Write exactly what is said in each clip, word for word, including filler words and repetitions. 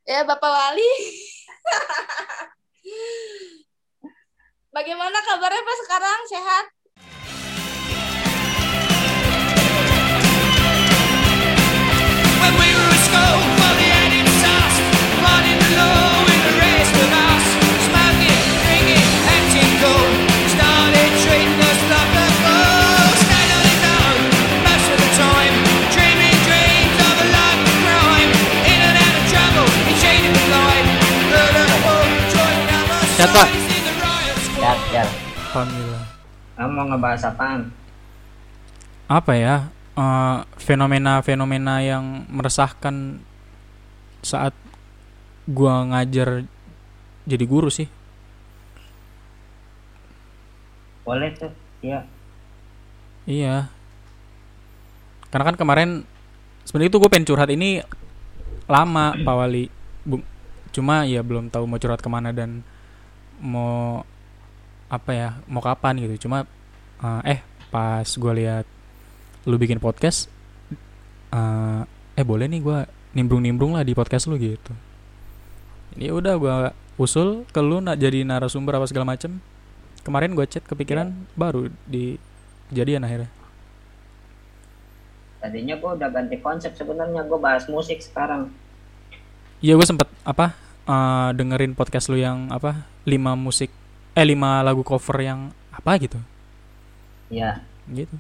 Ya, Bapak Wali. Bagaimana kabarnya Pak sekarang? Sehat? When we were at school, fully headed sauce, running low in the race with us, smoking, drinking, acting cool, started treating us like a fool. Stayed on his own most of the time, dreaming dreams of a life of crime, in and out of trouble, he cheated with life, but at home, joining other Sehat, Pak? sides in the riot squad. Siap, siap. Alhamdulillah. Kamu mau ngebahas apaan? Apa ya? eh, fenomena-fenomena yang meresahkan saat gua ngajar jadi guru sih. Boleh tuh, iya. Iya. Karena kan kemarin sebenarnya itu gue pengen curhat ini lama, Pak Wali. Bu- Cuma ya belum tahu mau curhat kemana dan mau apa ya, mau kapan gitu. Cuma eh, eh pas gue lihat lu bikin podcast, eh, eh boleh nih gue nimbrung-nimbrung lah di podcast lu gitu. Ini udah gue usul ke lu nak jadi narasumber apa segala macem. Kemarin gue chat kepikiran baru di kejadian akhirnya. Tadinya gue udah ganti konsep sebenarnya, gue bahas musik sekarang. Iya gue sempet apa eh, dengerin podcast lu yang apa lima musik eh lima lagu cover yang apa gitu Iya, gitu.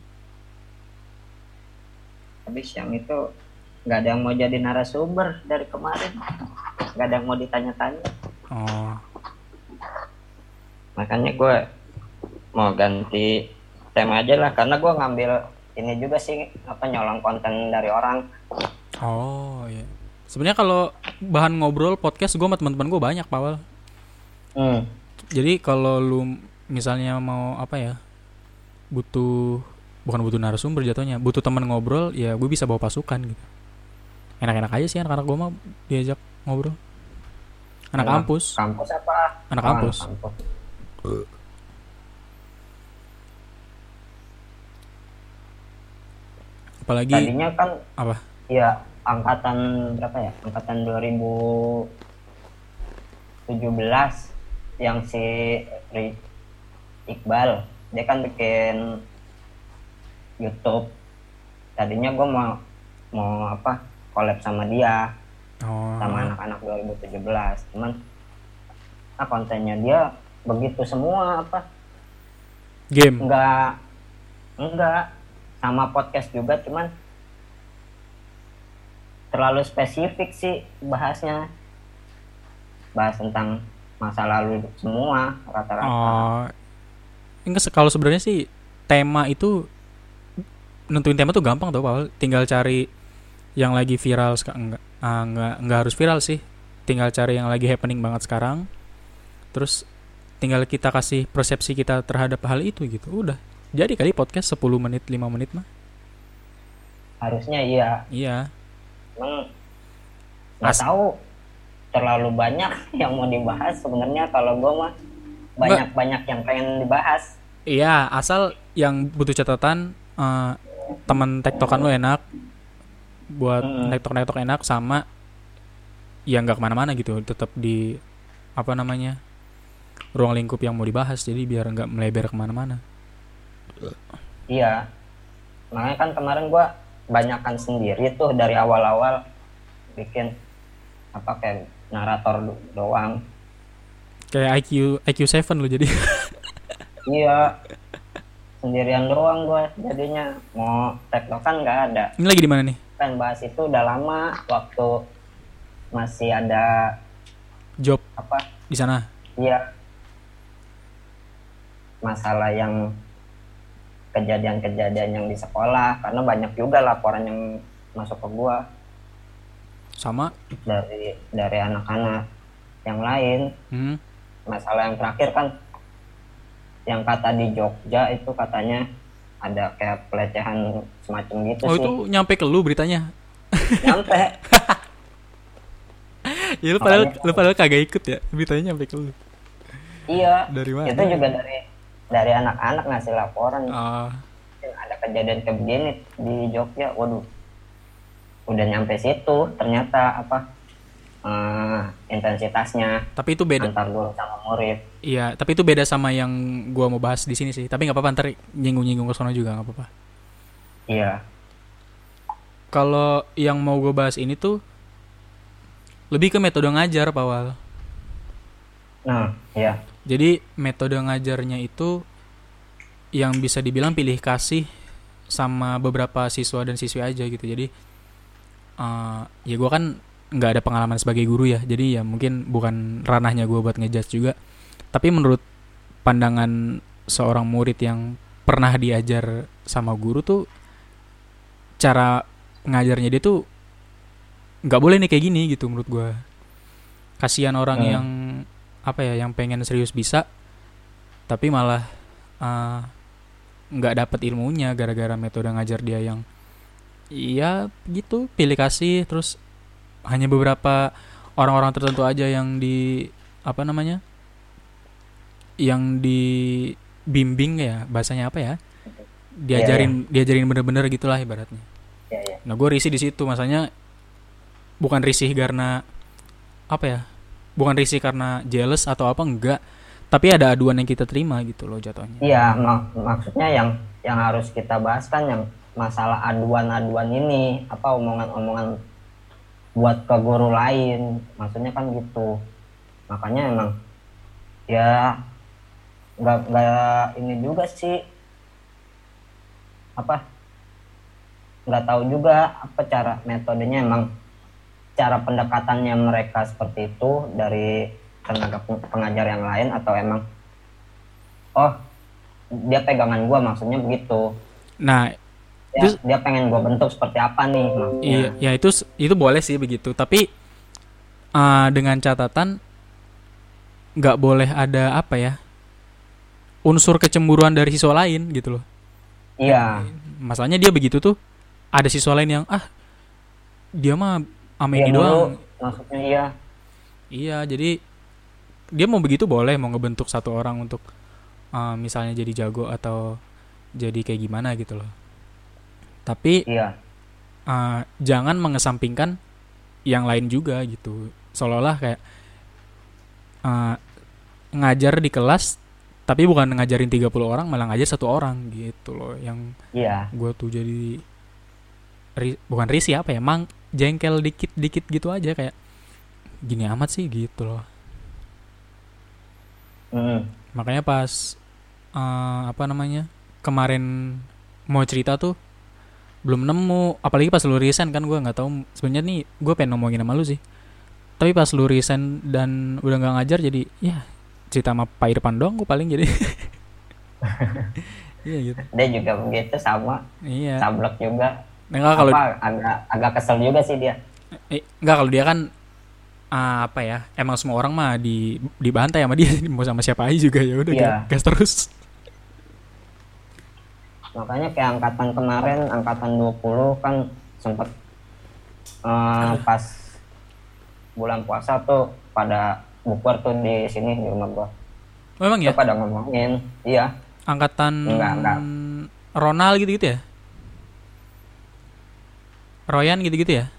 habis yang itu nggak ada yang mau jadi narasumber dari kemarin, nggak ada yang mau ditanya-tanya. Oh Makanya gue mau ganti tema aja lah, karena gue ngambil ini juga sih, apa, nyolong konten dari orang. oh iya. Sebenarnya kalau bahan ngobrol podcast gue sama teman-teman gue banyak, Pawal. Hmm. Jadi kalau lu misalnya mau apa ya, butuh bukan butuh narasumber jatuhnya, butuh teman ngobrol, ya gue bisa bawa pasukan gitu. Enak-enak aja sih anak-anak gue mah diajak ngobrol. Anak kampus, Kampus apa? anak Oh, kampus. kampus. Apalagi Tadinya kan apa? ya angkatan berapa ya? Angkatan dua ribu tujuh belas yang si Ri- Iqbal, dia kan bikin YouTube. Tadinya gue mau mau apa? Collab sama dia, Oh. sama anak-anak dua ribu tujuh belas. Cuman ah, kontennya dia begitu semua, apa? Game. Enggak enggak sama podcast juga, cuman terlalu spesifik sih bahasnya. Bahas tentang masa lalu semua rata-rata. Oh, enggak, kalau sebenarnya sih tema itu nentuin tema tuh gampang tuh, Paul. Tinggal cari yang lagi viral sekarang. Enggak, ah, enggak, enggak harus viral sih. Tinggal cari yang lagi happening banget sekarang. Terus tinggal kita kasih persepsi kita terhadap hal itu gitu. Udah. Jadi kali podcast sepuluh menit, lima menit mah. Harusnya iya. Iya. Emang nggak As- tahu terlalu banyak yang mau dibahas sebenarnya. Kalau gue mah banyak-banyak yang pengen dibahas. Iya, asal yang butuh catatan, eh, teman tektokan lu enak, buat Mm-mm. tektok-tektok enak, sama ya nggak kemana-mana gitu, tetap di apa namanya ruang lingkup yang mau dibahas, jadi biar nggak melebar kemana-mana. Iya, makanya kan kemarin gue banyakan sendiri tuh dari awal-awal bikin apa kayak narator do- doang. Kayak I Q I Q tujuh lu jadi. Iya, sendirian doang gue jadinya. Mau tektokan nggak ada. Ini lagi di mana nih? Kan bahas itu udah lama, waktu masih ada Job apa? di sana. Iya, masalah yang kejadian-kejadian yang di sekolah, karena banyak juga laporan yang masuk ke gua Sama. dari dari anak-anak yang lain. Hmm. Masalah yang terakhir kan yang kata di Jogja itu katanya ada kayak pelecehan semacam gitu Oh sih. itu nyampe ke lu beritanya? Nyampe. Ya lu padahal Makanya- lu padahal kagak ikut ya, beritanya nyampe ke lu. Iya. Dari mana? Itu juga dari dari anak-anak ngasih laporan. Ah, Ada kejadian kayak begini di Jogja. Waduh. Udah nyampe situ ternyata apa? eh, intensitasnya Tapi itu beda. antar guru sama murid. Iya, tapi itu beda sama yang gua mau bahas di sini sih. Tapi nggak apa-apa, ntar nyinggung-nyinggung ke sono juga nggak apa-apa. Iya. Kalau yang mau gue bahas ini tuh lebih ke metode ngajar, Pak Wal. Nah, iya. Jadi metode ngajarnya itu yang bisa dibilang pilih kasih sama beberapa siswa dan siswi aja gitu. Jadi uh, ya gue kan nggak ada pengalaman sebagai guru ya. Jadi ya mungkin bukan ranahnya gue buat ngejudge juga. Tapi menurut pandangan seorang murid yang pernah diajar sama guru tuh, cara ngajarnya dia tuh nggak boleh nih kayak gini gitu menurut gue. Kasihan orang Hmm. yang apa ya, yang pengen serius bisa tapi malah uh, nggak dapet ilmunya gara-gara metode ngajar dia yang iya gitu, pilih kasih, terus hanya beberapa orang-orang tertentu aja yang di apa namanya, yang dibimbing ya, bahasanya apa ya, diajarin diajarin bener-bener gitulah ibaratnya. Iya, iya. Nah gue risih di situ, masanya bukan risih karena apa ya, bukan risih karena jealous atau apa, enggak, tapi ada aduan yang kita terima gitu loh jatuhnya. Iya, mak- maksudnya yang yang harus kita bahas kan yang masalah aduan-aduan ini, apa omongan-omongan buat ke guru lain, maksudnya kan gitu. Makanya emang ya nggak nggak ini juga sih, apa nggak tahu juga apa cara metodenya, emang cara pendekatannya mereka seperti itu dari tenaga peng- pengajar yang lain, atau emang oh dia pegangan gua, maksudnya begitu. Nah Ya, Terus- dia pengen gua bentuk seperti apa nih maksudnya. iya, ya itu itu boleh sih begitu, tapi uh, dengan catatan nggak boleh ada apa ya, unsur kecemburuan dari siswa lain gitu loh. Iya, Masalahnya dia begitu tuh, ada siswa lain yang ah dia mah ama dia ini mulu, doang. maksudnya iya. Iya, jadi dia mau begitu boleh, mau ngebentuk satu orang untuk uh, misalnya jadi jago atau jadi kayak gimana gitu loh. Tapi Iya, uh, jangan mengesampingkan yang lain juga gitu. Seolah-olah kayak uh, ngajar di kelas tapi bukan ngajarin tiga puluh orang, malah ngajar satu orang gitu loh. Yang iya, gue tuh jadi ri- bukan risih apa ya, mang jengkel dikit-dikit gitu aja, kayak gini amat sih gitu loh. mm, Makanya pas eh, apa namanya, kemarin mau cerita tuh belum nemu, apalagi pas lu resign kan, gue nggak tahu sebenarnya nih, gue pengen ngomongin sama lu sih, tapi pas lu resign dan udah nggak ngajar, jadi ya cerita sama Pak Irfan doang gue paling jadi. Iya gitu. dia juga begitu sama, Iya. sablek juga. Enggak kalau Apa agak agak kesel juga sih dia. eh, enggak kalau dia kan ah, apa ya, emang semua orang mah di dibantai sama dia, mau sama siapa aja juga ya udah Iya. gas terus. Makanya kayak angkatan kemarin, angkatan dua puluh kan sempet eh, pas bulan puasa tuh pada bukber tuh di sini di rumah gua. Oh, emang Tuh ya pada ngomongin, iya, angkatan Enggak, enggak. Ronald gitu-gitu ya, Royan gitu-gitu ya.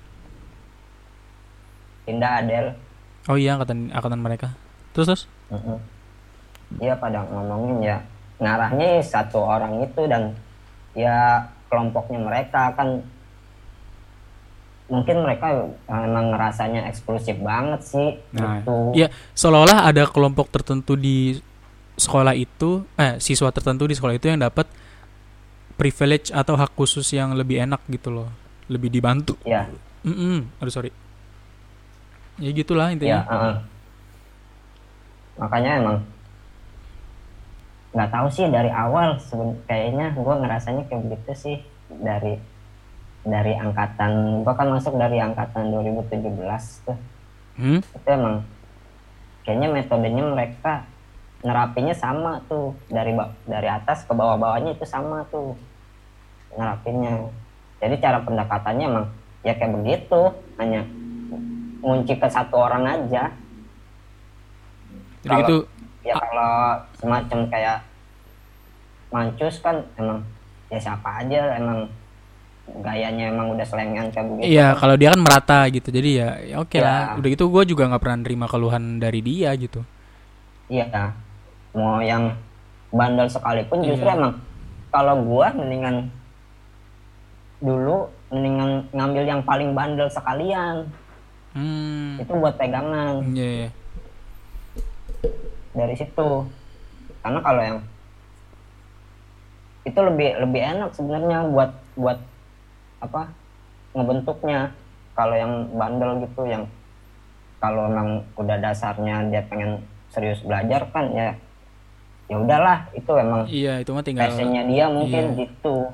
Indah Adel. Oh iya, angkatan angkatan mereka. Terus terus. Mm-mm. Iya pada ngomongin ya, ngarahnya satu orang itu, dan ya kelompoknya mereka kan mungkin mereka emang ngerasanya eksklusif banget sih. Nah, gitu. ya seolah-olah ada kelompok tertentu di sekolah itu, eh siswa tertentu di sekolah itu yang dapat privilege atau hak khusus yang lebih enak gitu loh, lebih dibantu. Ya, Mm aduh sorry. Ya gitulah ya, intinya. uh-uh. Makanya emang nggak tahu sih dari awal, seben- kayaknya gue ngerasanya kayak begitu sih, dari dari angkatan gue kan masuk dari angkatan dua ribu tujuh belas tuh. Hmm? Itu emang kayaknya metodenya mereka nerapinya sama tuh, dari ba- dari atas ke bawah-bawahnya itu sama tuh ngerapinnya. Jadi cara pendekatannya emang ya kayak begitu, hanya ngunci ke satu orang aja. Jadi Kalau- gitu. Ya kalau semacam kayak Mancus kan emang ya siapa aja emang gayanya emang udah selengean kayak begitu. Iya, kalau dia kan merata gitu. Jadi ya, ya oke Iya. lah. Udah gitu gue juga nggak pernah nerima keluhan dari dia gitu. Iya, mau yang bandel sekalipun justru Iya. emang kalau gua mendingan dulu mendingan ngambil yang paling bandel sekalian, Hmm. itu buat pegangan Iya. Iya. dari situ. Karena kalau yang itu lebih lebih enak sebenarnya buat buat apa ngebentuknya. Kalau yang bandel gitu, yang kalau emang udah dasarnya dia pengen serius belajar kan ya ya udahlah, itu emang Iya, itu mah tinggal passionnya dia mungkin iya. gitu.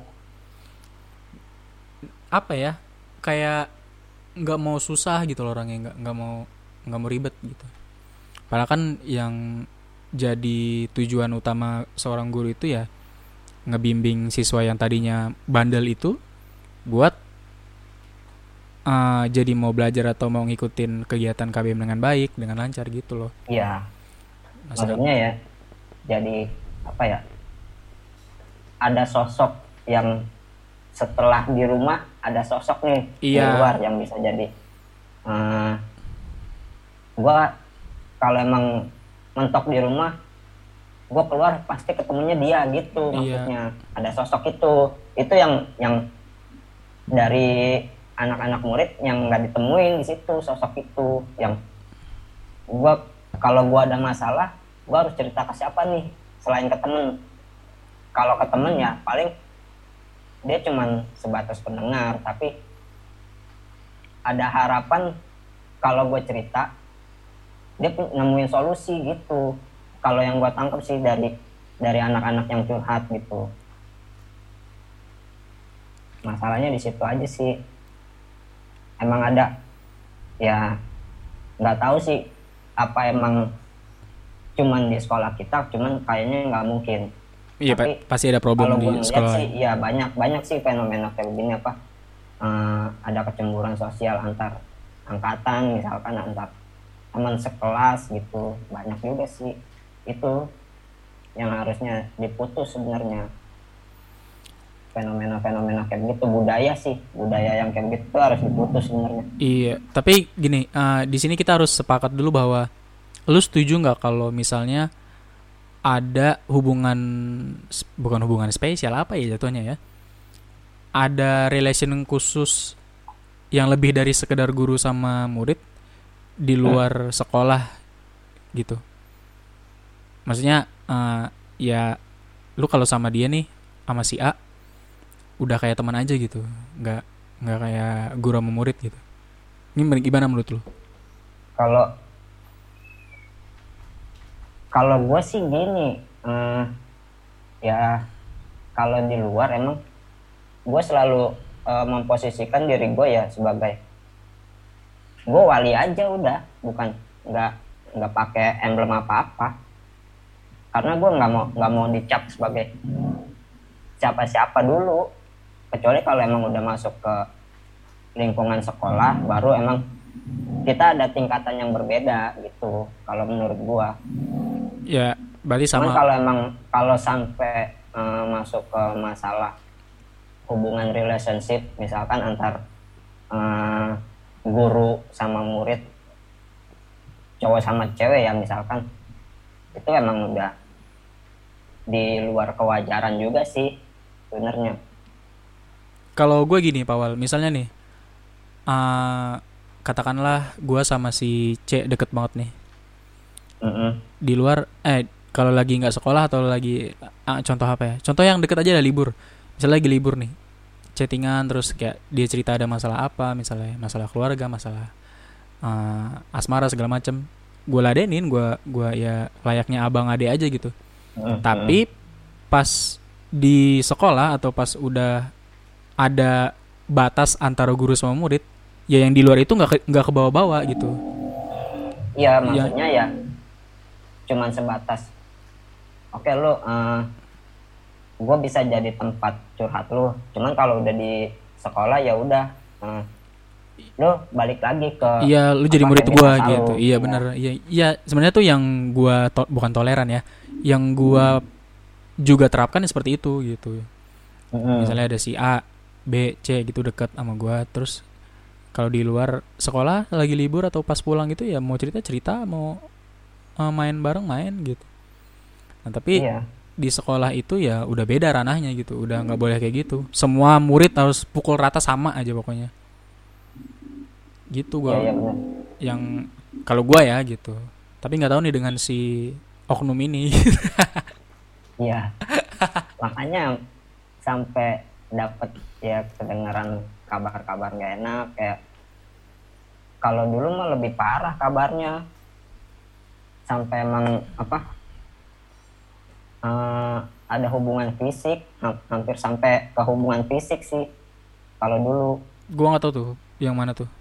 Apa ya? Kayak nggak mau susah gitu loh orangnya, nggak nggak mau nggak mau ribet gitu. Padahal kan yang jadi tujuan utama seorang guru itu ya ngebimbing siswa yang tadinya bandel itu buat uh, jadi mau belajar atau mau ngikutin kegiatan K B M dengan baik, dengan lancar gitu loh. Iya, Nah, sedang- maksudnya ya jadi apa ya, ada sosok yang setelah di rumah ada sosok nih di Iya. luar yang bisa jadi uh, gua kalau emang mentok di rumah, gua keluar pasti ketemunya dia gitu. Iya. Maksudnya ada sosok itu itu yang yang dari anak-anak murid yang nggak ditemuin di situ, sosok itu yang gua kalau gua ada masalah gua harus cerita ke siapa nih selain ke temen. Kalau ke temen ya paling dia cuman sebatas pendengar, tapi ada harapan kalau gue cerita dia pu- nemuin solusi gitu. Kalau yang gue tangkap sih dari dari anak-anak yang curhat gitu, masalahnya di situ aja sih. Emang ada ya, nggak tahu sih apa emang cuman di sekolah kita, cuman kayaknya nggak mungkin. Iya, Tapi pa- pasti ada problem kalau di gue ngeliat sekolah. sih ya banyak banyak sih fenomena kayak begini, apa eh, ada kecemburuan sosial antar angkatan misalkan, antar teman sekelas gitu, banyak juga sih. Itu yang harusnya diputus sebenarnya, fenomena-fenomena kayak begitu. Budaya sih, budaya yang kayak begitu harus diputus sebenarnya. Iya, tapi gini, uh, di sini kita harus sepakat dulu bahwa lu setuju nggak kalau misalnya ada hubungan, bukan hubungan spesial apa ya jatuhnya ya, ada relation khusus yang lebih dari sekedar guru sama murid di luar sekolah gitu. Maksudnya uh, ya lu kalau sama dia nih, sama si A udah kayak teman aja gitu, nggak nggak kayak guru sama murid gitu. Ini men- gimana menurut lu? Kalau kalau gue sih gini, eh, ya kalau di luar emang gue selalu eh, memposisikan diri gue ya sebagai gue wali aja udah, bukan nggak nggak pakai emblem apa-apa, karena gue nggak mau nggak mau dicap sebagai siapa-siapa dulu, kecuali kalau emang udah masuk ke lingkungan sekolah baru emang kita ada tingkatan yang berbeda gitu kalau menurut gue. Ya, berarti Cuman sama. kalau emang kalau sampai eh, masuk ke masalah hubungan relationship misalkan antar eh, guru sama murid, cowok sama cewek ya misalkan, itu emang udah di luar kewajaran juga sih sebenarnya. Kalau gue gini, Pak Wal, misalnya nih, uh, katakanlah gue sama si C deket banget nih. Mm-mm. Di luar, eh kalau lagi nggak sekolah atau lagi, ah, contoh apa ya? Contoh yang deket aja lah, libur. Misalnya lagi libur nih, chattingan terus kayak dia cerita ada masalah apa, misalnya masalah keluarga, masalah uh, asmara segala macem. Gue ladenin, gue gue ya layaknya abang ade aja gitu. Mm-mm. Tapi pas di sekolah atau pas udah ada batas antara guru sama murid, ya yang di luar itu nggak ke- nggak kebawa-bawa gitu. Iya, maksudnya ya cuman sebatas oke lu uh, gue bisa jadi tempat curhat lu, cuman kalau udah di sekolah ya udah uh, lu balik lagi ke Iya, lu jadi apa, murid kayak gua biasa gitu. lu. Iya bener. Iya, iya sebenarnya tuh yang gua to- bukan toleran ya, yang gua juga terapkan seperti itu gitu. Mm-mm. Misalnya ada si A B, C gitu dekat sama gua. Terus kalau di luar sekolah lagi libur atau pas pulang gitu ya mau cerita cerita, mau uh, main bareng main gitu. Nah tapi Iya. di sekolah itu ya udah beda ranahnya gitu, udah nggak boleh kayak gitu. Semua murid harus pukul rata sama aja pokoknya. Gitu gua Iya, iya benar. yang kalau gua ya gitu. Tapi nggak tahu nih dengan si oknum ini. Iya. Makanya sampai dapat ya kedengaran kabar-kabar nggak enak kayak kalau dulu mah lebih parah kabarnya sampai emang apa eh, ada hubungan fisik ha- hampir sampai ke hubungan fisik sih kalau dulu Gua nggak tahu tuh yang mana tuh.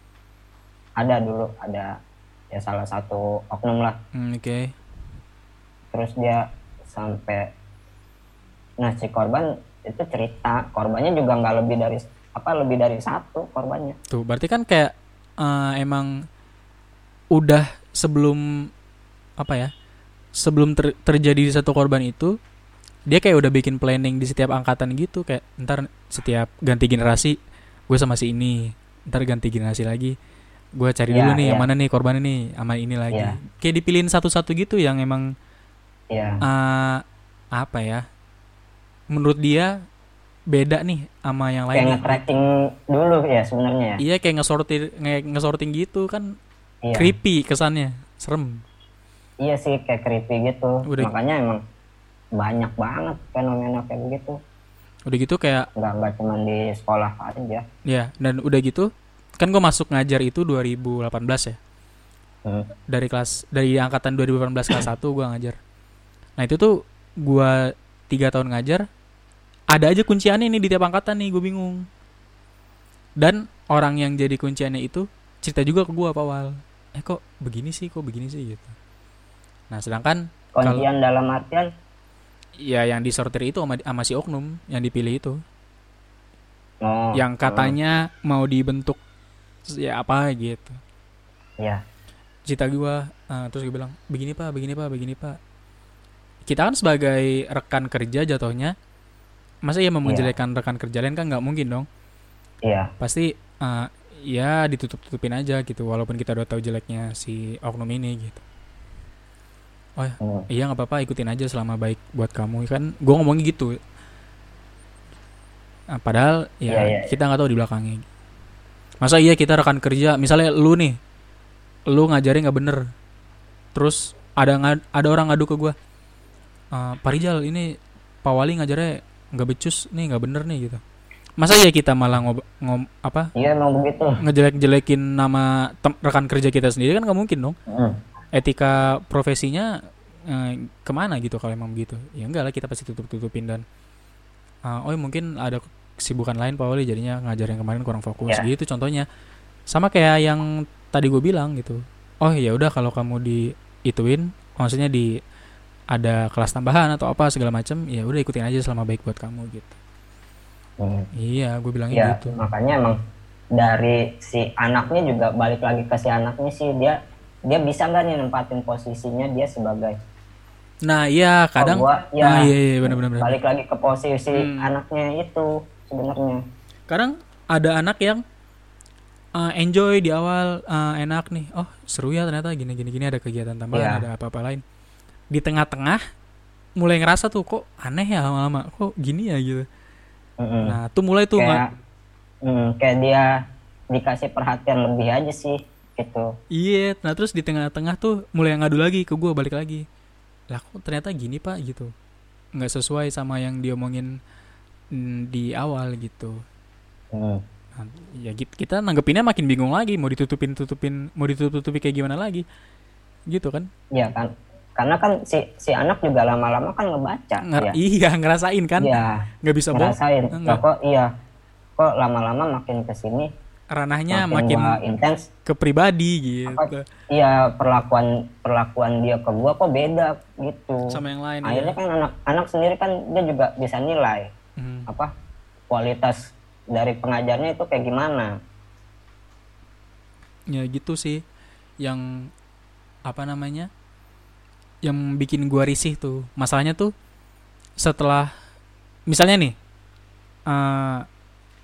ada dulu ada ya salah satu oknum lah Hmm, Oke. terus dia sampai nah si korban itu cerita korbannya juga nggak lebih dari apa lebih dari satu korbannya. Tuh berarti kan kayak eh, emang udah sebelum apa ya? Sebelum ter- terjadi satu korban itu dia kayak udah bikin planning di setiap angkatan gitu, kayak ntar setiap ganti generasi gue sama si ini, ntar ganti generasi lagi gue cari Iya, dulu nih iya. yang mana nih korban ini sama ini lagi. Iya. Kayak dipilihin satu-satu gitu yang emang Iya. eh, apa ya? Menurut dia beda nih sama yang lain. Kayak nih. nge-tracking dulu ya sebenarnya ya. Iya kayak ngesortir nge- ngesorting gitu kan, Iya. creepy kesannya, serem. Iya sih kayak creepy gitu. Udah- Makanya emang banyak banget fenomena kayak begitu. Udah gitu kayak Nggak nggak cuma di sekolah aja. ya, dan udah gitu kan gue masuk ngajar itu dua ribu delapan belas ya. Hmm. Dari kelas dari angkatan dua ribu delapan belas kelas satu gue ngajar. Nah, itu tuh gue tiga tahun ngajar, ada aja kunciannya nih di tiap angkatan nih, gue bingung. Dan orang yang jadi kunciannya itu cerita juga ke gue awal. Eh kok begini sih, kok begini sih gitu. Nah, sedangkan kalau Kuncian dalam artian ya yang disortir itu sama, sama si oknum yang dipilih itu, oh, yang katanya mau dibentuk ya apa gitu. oh, ya. Cita gue, uh, terus gue bilang begini pak, begini pak, begini pak. Kita kan sebagai rekan kerja jatuhnya, masa ya mau Iya. menjelekkan rekan kerja lain kan nggak mungkin dong. Iya. Pasti uh, ya ditutup-tutupin aja gitu, walaupun kita udah tahu jeleknya si oknum ini gitu. Oh ya, Hmm. iya nggak apa-apa, ikutin aja selama baik buat kamu kan. Gue ngomongnya gitu. Nah, padahal ya Iya, iya, kita nggak tahu di belakangnya. Masa iya kita rekan kerja, misalnya lu nih, lu ngajarin nggak bener, terus ada ngad- ada orang ngadu ke gue, "Eh, Pak Rijal ini Pak Wali ngajarnya nggak becus nih, nggak bener nih gitu. Masa iya kita malah ngob ngom apa Iya emang begitu. ngejelek-jelekin nama tem- rekan kerja kita sendiri kan nggak mungkin dong. Hmm. Etika profesinya eh, kemana gitu kalau emang begitu? Ya enggak lah, kita pasti tutup-tutupin dan eh, oh ya mungkin ada kesibukan lain Pak Wali jadinya ngajar yang kemarin kurang fokus Ya. gitu contohnya. Sama kayak yang tadi gue bilang gitu. Oh ya udah kalau kamu di ituin, maksudnya di ada kelas tambahan atau apa segala macam, ya udah ikutin aja selama baik buat kamu gitu. Hmm. Iya, gue bilangnya Ya, gitu. makanya emang dari si anaknya juga balik lagi ke si anaknya sih dia dia bisa nggak nih nempatin posisinya dia sebagai Nah, iya kadang oh, gua, ya, nah, iya iya benar benar. balik lagi ke posisi Hmm. anaknya itu sebenarnya. Kadang ada anak yang uh, enjoy di awal, uh, enak nih. Oh, seru ya ternyata gini gini gini ada kegiatan tambahan, Iya. ada apa-apa lain. Di tengah-tengah mulai ngerasa tuh kok aneh ya lama-lama. Kok gini ya gitu. Mm-mm. Nah, tuh mulai tuh kayak nggak mm, kayak dia dikasih perhatian lebih aja sih gitu. iya, nah terus di tengah-tengah tuh mulai ngadu lagi ke gue, balik lagi. Lah kok ternyata gini Pak gitu. Nggak sesuai sama yang diomongin mm, di awal gitu. Mm. Nah, ya gitu, kita nanggepinnya makin bingung lagi, mau ditutupin-tutupin, mau ditutup-tutupi kayak gimana lagi. Gitu kan? Iya kan, karena kan si si anak juga lama-lama kan ngebaca. Nger- ya. Iya, ngerasain kan? Iya, Nggak bisa bohong. ngerasain. Enggak. Lah, kok iya, kok lama-lama makin kesini Ranahnya makin, makin gua intens. ke pribadi gitu. Apa, iya perlakuan perlakuan dia ke gua kok beda gitu. Sama yang lain. Akhirnya Iya. kan anak anak sendiri kan dia juga bisa nilai Hmm. apa kualitas dari pengajarnya itu kayak gimana. Ya gitu sih. Yang apa namanya? Yang bikin gua risih tuh. Masalahnya tuh setelah misalnya nih eh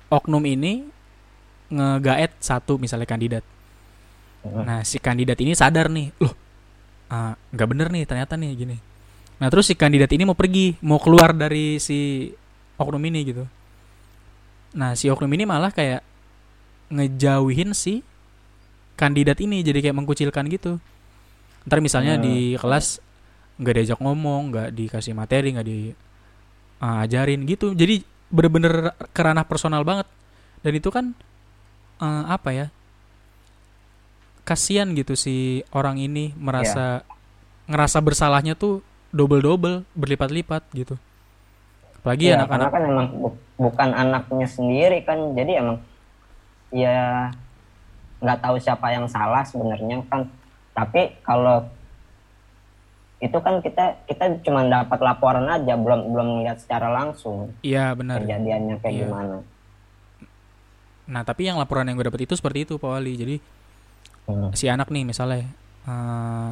oknum ini ngegaet satu misalnya kandidat. Mm. Nah si kandidat ini sadar nih, loh ah, nggak bener nih ternyata nih gini. Nah terus si kandidat ini mau pergi, mau keluar dari si oknum ini gitu. Nah si oknum ini malah kayak ngejauhin si kandidat ini, jadi kayak mengkucilkan gitu. Ntar misalnya Hmm. di kelas nggak diajak ngomong, nggak dikasih materi, nggak diajarin gitu. Jadi bener-bener ke ranah personal banget. Dan itu kan eh, apa ya? Kasian gitu si orang ini merasa ngerasa bersalahnya tuh double-double, berlipat-lipat gitu. Apalagi Iya, karena anak-anak kan emang bu- bukan anaknya sendiri kan, jadi emang ya nggak tahu siapa yang salah sebenarnya kan. Tapi kalau itu kan kita kita cuma dapat laporan aja, belum belum melihat secara langsung iya benar. kejadiannya kayak Iya. gimana. Nah, tapi yang laporan yang gue dapat itu seperti itu, Pak Wali. Jadi Hmm. si anak nih misalnya eh,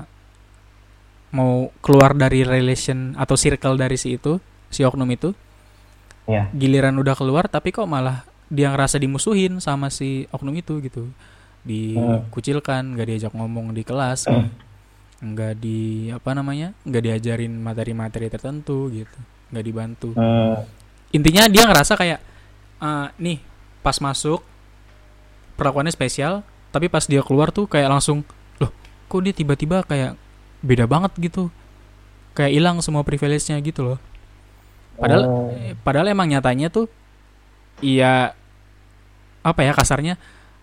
mau keluar dari relation atau circle dari si itu, si oknum itu, Ya. giliran udah keluar tapi kok malah dia ngerasa dimusuhin sama si oknum itu gitu. Dikucilkan, nggak diajak ngomong di kelas, nggak di apa namanya, nggak diajarin materi-materi tertentu gitu, nggak dibantu. Hmm. Intinya dia ngerasa kayak eh, nih pas masuk perlakuannya spesial, tapi pas dia keluar tuh kayak langsung, loh kok dia tiba-tiba kayak beda banget gitu, kayak hilang semua privilege-nya gitu loh. Padahal Oh. eh, padahal emang nyatanya tuh iya apa ya kasarnya,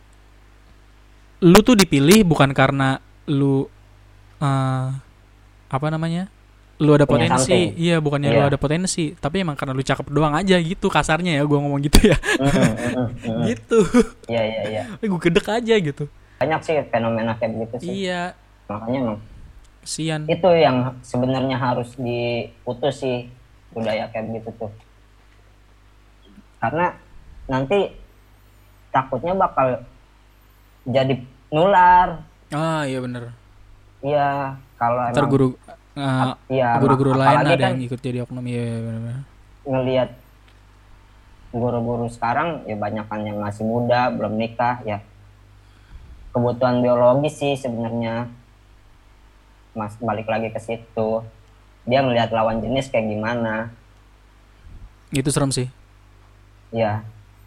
lu tuh dipilih bukan karena lu eh, apa namanya, lu ada Punya potensi, something. iya bukannya lu Iya. ada potensi, tapi emang karena lu cakep doang aja gitu kasarnya ya, gua ngomong gitu ya. Hmm, hmm, hmm, hmm. Gitu. Iya, iya, iya. Gue gedek aja gitu. Banyak sih fenomena kayak begitu sih. Iya, Makanya emang sian. itu yang sebenarnya harus diputus sih, budaya kayak begitu tuh. Karena nanti takutnya bakal jadi nular. Ah iya bener. Iya, kalau Ntar emang guru eh, iya, guru-guru mak- lain apalagi ada kan yang ikut jadi oknum, iya bener-bener. ngelihat guru-guru sekarang ya banyakan yang masih muda, belum nikah ya. Kebutuhan biologis sih sebenarnya. Mas balik lagi ke situ. Dia ngelihat lawan jenis kayak gimana. Itu serem sih. Ya,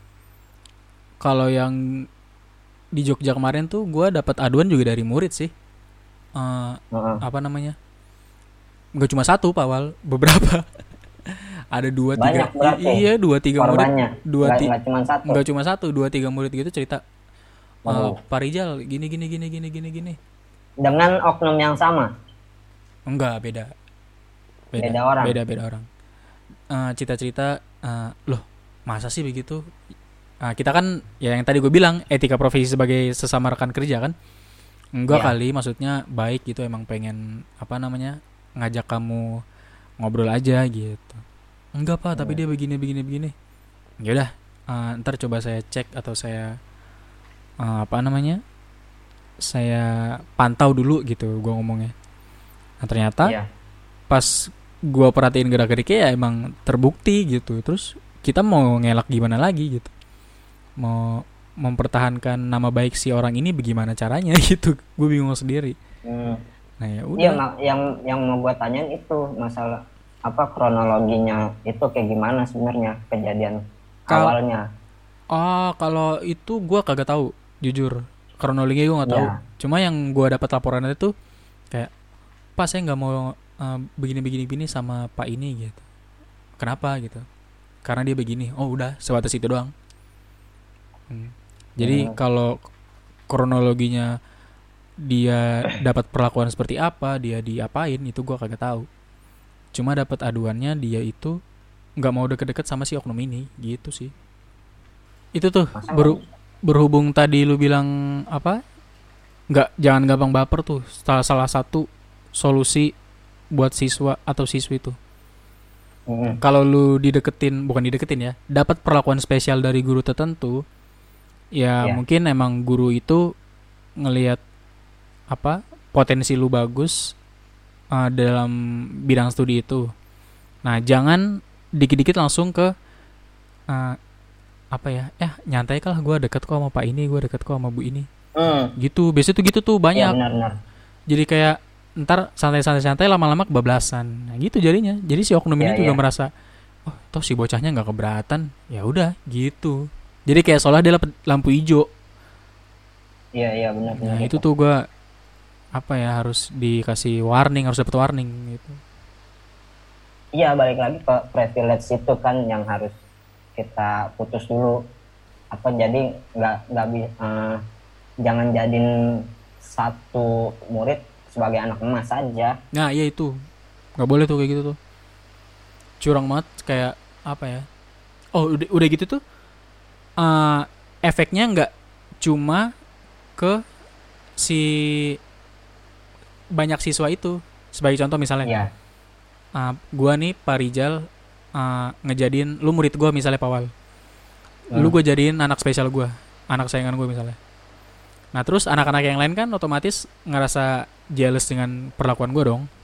Kalau yang di Jogja kemarin tuh gue dapat aduan juga dari murid sih. Eh, heeh. apa namanya? Gak cuma satu Pak Wal, beberapa. Ada dua tiga. Banyak berarti I- iya dua tiga murid. korbannya. Dua Nggak- ti- nggak cuma satu. Nggak cuma satu, dua tiga murid gitu cerita. Eh, Waduh. Pak Rijal gini gini gini gini gini gini. Dengan oknum yang sama. Enggak, beda. Beda orang. Beda beda orang. Eh, cita-cita eh, loh, masa sih begitu? Nah, kita kan ya yang tadi gue bilang etika profesi sebagai sesama rekan kerja kan. Enggak Ya. kali, maksudnya baik gitu, emang pengen apa namanya? Ngajak kamu ngobrol aja gitu. Enggak Pak, tapi dia begini begini begini. Ya udah, eh, ntar coba saya cek atau saya eh, apa namanya? Saya pantau dulu gitu gue ngomongnya. Nah, ternyata Iya. pas gua perhatiin gerak-geriknya ya emang terbukti gitu. Terus kita mau ngelak gimana lagi gitu, mau mempertahankan nama baik si orang ini bagaimana caranya gitu, gue bingung sendiri. Hmm. Nah ya Iya, udah. mak- yang yang mau gue tanyain itu masalah apa kronologinya itu kayak gimana sebenarnya kejadian Kal- awalnya. Oh kalau itu gua kagak tahu, jujur kronologinya gue nggak tahu. Ya. Cuma yang gua dapat laporan itu kayak, Pak saya nggak mau uh, begini-begini begini sama Pak ini gitu. Kenapa gitu? Karena dia begini. Oh udah sebatas itu doang. Hmm. Jadi Hmm. kalau kronologinya dia dapat perlakuan seperti apa, dia diapain, itu gua kagak tahu. Cuma dapat aduannya dia itu nggak mau deket-deket sama si oknum ini, gitu sih. Itu tuh Masa ber- berhubung tadi lu bilang apa? Nggak, jangan gampang baper tuh. Salah salah satu solusi buat siswa atau siswi itu. Hmm. Kalau lu dideketin, bukan dideketin ya, dapat perlakuan spesial dari guru tertentu, ya Ya. mungkin emang guru itu ngelihat apa potensi lu bagus uh, dalam bidang studi itu. Nah, jangan dikit-dikit langsung ke uh, apa ya, ya nyantai lah, gue deket kok sama pak ini, gue deket kok sama bu ini, Hmm. gitu. Biasanya tuh gitu tuh Iya banyak. benar-benar. Jadi kayak ntar santai-santai-santai lama-lama kebablasan. Nah gitu jadinya. Jadi si oknum ini Iya, juga iya. merasa, oh toh si bocahnya nggak keberatan, ya udah gitu. Jadi kayak seolah dia dapet lampu hijau. Iya iya benar-benar. Nah itu tuh gue apa ya, harus dikasih warning, harus dapet warning gitu. Iya, balik lagi ke privilege itu kan yang harus kita putus dulu. Apa jadi nggak nggak bi- eh, jangan jadiin satu murid sebagai anak emas saja. Nah iya itu nggak boleh tuh kayak gitu tuh, curang banget. Kayak apa ya, oh udah udah gitu tuh eh, efeknya nggak cuma ke si banyak siswa itu. Sebagai contoh misalnya, Iya. uh, gua nih Pak Rijal uh, ngejadiin lu murid gua misalnya Pak Wal. Lu Hmm. gue jadiin anak spesial gua, anak sayangan gue misalnya. Nah terus anak-anak yang lain kan otomatis ngerasa jealous dengan perlakuan gua dong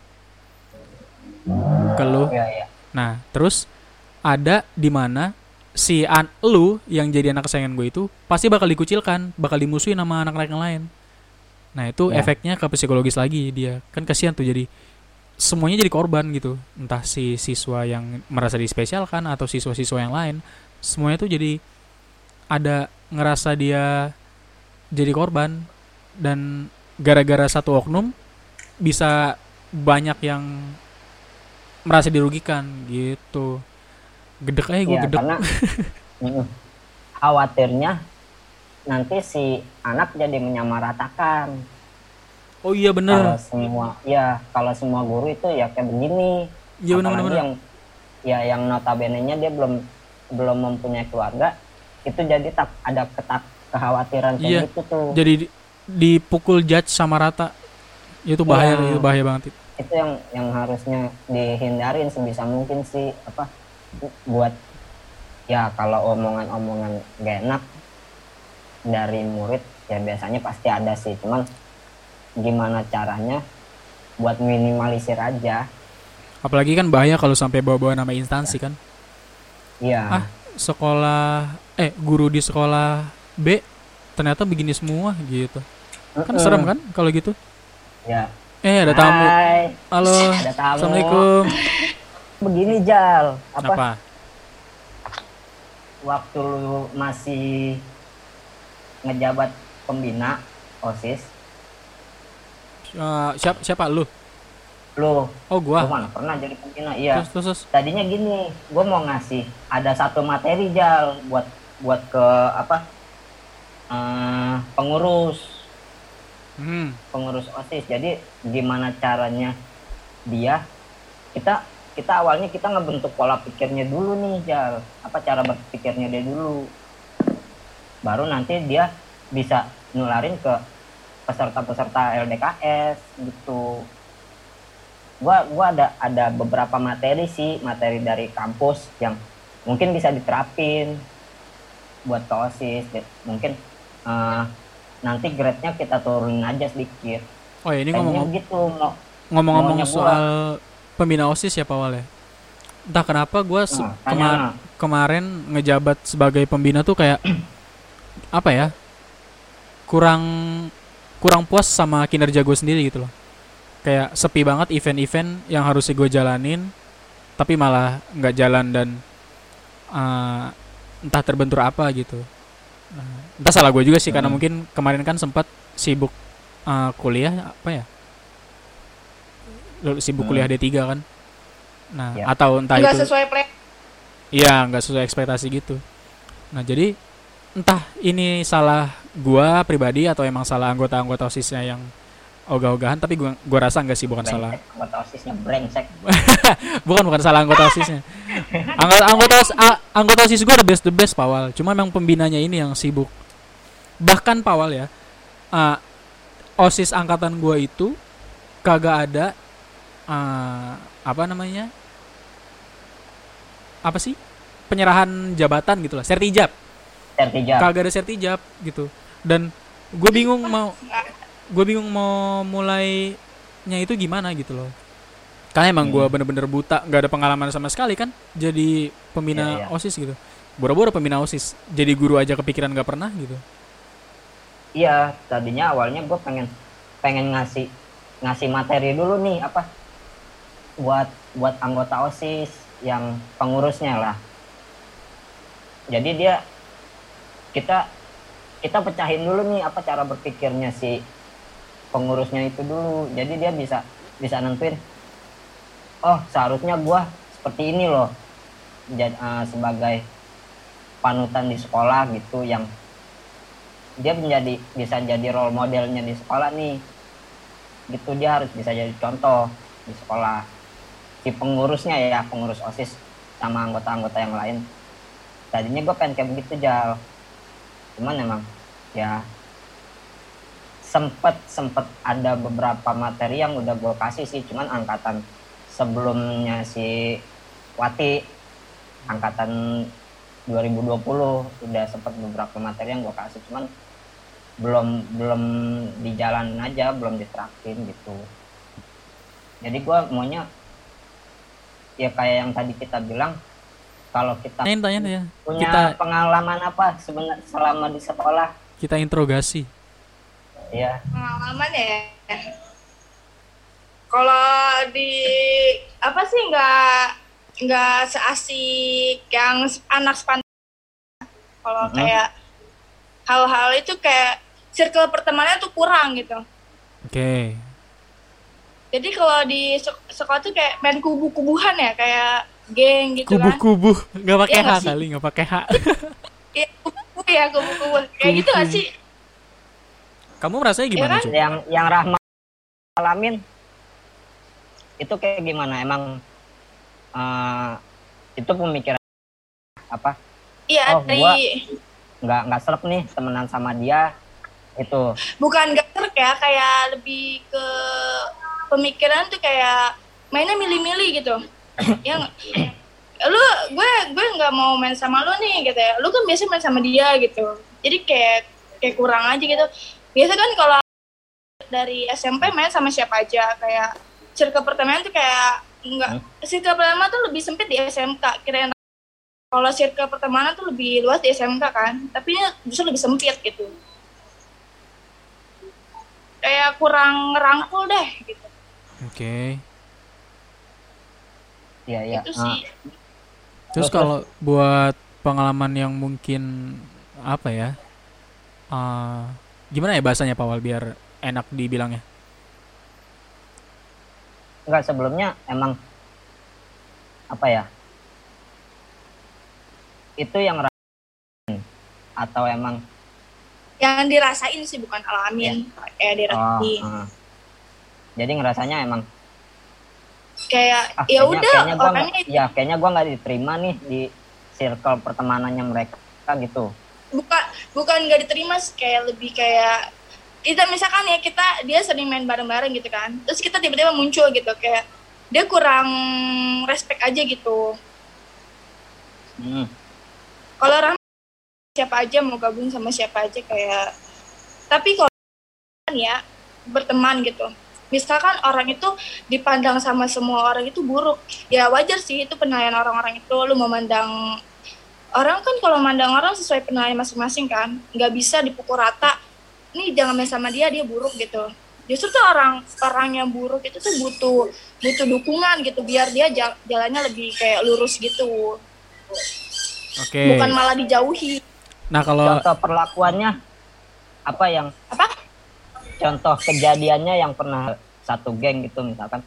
ke lu. Iya iya. Nah terus ada di mana si an lu yang jadi anak kesayangan gue itu pasti bakal dikucilkan, bakal dimusuhin sama anak-anak yang lain. Nah itu Ya. efeknya ke psikologis lagi dia. Kan kasihan tuh, jadi semuanya jadi korban gitu. Entah si siswa yang merasa dispesialkan atau siswa-siswa yang lain, semuanya tuh jadi ada ngerasa dia jadi korban. Dan gara-gara satu oknum bisa banyak yang merasa dirugikan gitu. Gedek aja gue Iya, gedek. karena mm, khawatirnya nanti si anak jadi menyamaratakan. Oh iya Kalau bener. semua ya kalau semua guru itu ya kayak begini. Iya bener Apalagi bener. yang ya yang notabene-nya dia belum belum mempunyai keluarga, itu jadi tak ada ketak kekhawatiran kayak Iya. gitu tuh. Jadi di- dipukul judge sama rata. Itu bahaya, Iya. itu bahaya banget. Itu yang yang harusnya dihindarin sebisa mungkin sih, apa buat ya kalau omongan-omongan gak enak dari murid ya biasanya pasti ada sih, cuman gimana caranya buat minimalisir aja. Apalagi kan bahaya kalau sampai bawa-bawa nama instansi kan. Iya. Ah, sekolah eh guru di sekolah B ternyata begini semua gitu. Kan Mm-mm. serem kan kalau gitu. Ya. Eh ada tamu. Hai, Halo. ada tamu. Assalamualaikum. Begini Jal, apa, Apa? waktu lu masih ngejabat pembina OSIS, Eh, siapa siapa lu? lu Oh lu gua. mana pernah jadi pembina? Iya. Terus terus, terus. Tadinya gini, gue mau ngasih ada satu materi Jal buat buat ke apa eh, pengurus Hmm. pengurus OSIS. Jadi gimana caranya dia kita kita awalnya kita ngebentuk pola pikirnya dulu nih Jal, apa cara berpikirnya dia dulu, baru nanti dia bisa nularin ke peserta-peserta L D K S gitu. Gua gua ada ada beberapa materi sih, materi dari kampus yang mungkin bisa diterapin buat ke OSIS. Mungkin eh, nanti grade-nya kita turunin aja sedikit. Oh ya ini Kayaknya ngomong gitu mau ngomong-ngomong maunya gua. soal pembina OSIS ya Pak Wal ya. Entah kenapa gue Nah, tanya. kemarin ngejabat sebagai pembina tuh kayak apa ya, kurang kurang puas sama kinerja gue sendiri gitu loh. Kayak sepi banget event-event yang harusnya gue jalanin, tapi malah nggak jalan dan uh, entah terbentur apa gitu. Nah, entah salah gue juga sih, karena Hmm. mungkin kemarin kan sempat sibuk uh, kuliah apa ya, Lu sibuk Hmm. kuliah D tiga kan. Nah Ya. atau entah Nggak itu sesuai plan. iya nggak sesuai ekspektasi gitu. Nah jadi entah ini salah gua pribadi atau emang salah anggota-anggota OSISnya yang ogah-ogahan, tapi gua gua rasa enggak sih, bukan salah. brengsek, anggota OSISnya brengsek. Bukan bukan salah anggota OSISnya. Anggota anggota a- anggota OSIS gua the best the best Pawal. Cuma emang pembinanya ini yang sibuk. Bahkan Pawal ya. uh, OSIS angkatan gua itu kagak ada uh, apa namanya? Apa sih? Penyerahan jabatan gitu lah, sertijab. Sertijab. Kagak ada sertijab gitu. Dan gue bingung mau gue bingung mau mulainya itu gimana gitu loh. Karena emang gue Hmm. bener-bener buta, nggak ada pengalaman sama sekali kan jadi pembina Iya, iya. OSIS gitu. boro-boro pembina OSIS. Jadi guru aja kepikiran nggak pernah gitu. Iya, tadinya awalnya gue pengen pengen ngasih ngasih materi dulu nih apa buat buat anggota OSIS yang pengurusnya lah. Jadi dia kita kita pecahin dulu nih apa cara berpikirnya si pengurusnya itu dulu. Jadi dia bisa bisa nentuin, oh seharusnya gue seperti ini loh, Jad, uh, sebagai panutan di sekolah gitu, yang dia menjadi bisa jadi role modelnya di sekolah nih gitu. Dia harus bisa jadi contoh di sekolah, si pengurusnya ya, pengurus OSIS sama anggota-anggota yang lain. Tadinya gue pengen kayak begitu, Jal, cuman emang ya sempet sempet ada beberapa materi yang udah gue kasih sih, cuman angkatan sebelumnya si Wati, angkatan dua ribu dua puluh udah sempet beberapa materi yang gue kasih, cuman belum belum di jalan aja, belum diterapin gitu. Jadi gue maunya ya kayak yang tadi kita bilang, kalau kita Tanya, tanya, tanya. punya Kita pengalaman apa sebenarnya selama di sekolah. kita interogasi. Ya, Pengalaman ya. Kalau di apa sih nggak nggak seasik yang anak sepan. Kalau Mhm. kayak hal-hal itu kayak circle pertemanan tuh kurang gitu. Oke. Jadi kalau di sek- sekolah tuh kayak main kubu-kubuhan ya, kayak geng gitu kan. Kubu-kubu, nggak pakai Iya H nggak sih? kali, nggak pakai H. Iya, kubu-kubu ya, kubu-kubu. Kayak gitu nggak sih? Kamu merasanya gimana, kan? Cuk? yang yang Rahma alamin itu kayak gimana? Emang eh, itu pemikiran apa? Iya, Oh, dari gua nggak nggak serap nih temenan sama dia itu. bukan gak terk ya, kayak lebih ke pemikiran tuh kayak mainnya milih-milih gitu. Yang lu gue gue nggak mau main sama lu nih gitu ya. Lu kan biasa main sama dia gitu. Jadi kayak kayak kurang aja gitu. Biasa kan kalau dari S M P main sama siapa aja, kayak circle pertemanan tuh kayak enggak, circle pertemanan tuh lebih sempit di S M K. Kirain kalau circle pertemanan tuh lebih luas di S M K kan, tapi ini justru lebih sempit gitu. Kayak kurang ngerangkul deh gitu. Oke. Iya iya. Itu Ah, sih. Terus Terus, kalau buat pengalaman yang mungkin apa ya? eh, gimana ya bahasanya Pak Wal biar enak dibilangnya? enggak, sebelumnya emang apa ya? Itu yang rasain atau emang Yang dirasain sih, bukan alamin. Kayak oh, dirasain. ah. Jadi ngerasanya emang Kayak ah, ya kayaknya, udah kayaknya gua orangnya nggak- ya kayaknya gua nggak diterima nih di circle pertemanannya mereka gitu. bukan bukan nggak diterima sih, kayak lebih kayak kita misalkan ya, kita dia sering main bareng-bareng gitu kan, terus kita tiba-tiba muncul gitu, kayak dia kurang respect aja gitu. Hmm. Kalau orang siapa aja mau gabung sama siapa aja kayak, tapi kalau ya berteman gitu, misalkan orang itu dipandang sama semua orang itu buruk, ya wajar sih, itu penilaian orang-orang itu. Lu memandang orang kan, kalau memandang orang sesuai penilaian masing-masing kan, nggak bisa dipukul rata, nih jangan main sama dia, dia buruk gitu. Justru tuh orang orang yang buruk itu tuh butuh butuh dukungan gitu, biar dia jal- jalannya lebih kayak lurus gitu, Oke. bukan malah dijauhi. Nah, kalau Contoh perlakuannya apa yang Apa? contoh kejadiannya yang pernah satu geng gitu misalkan,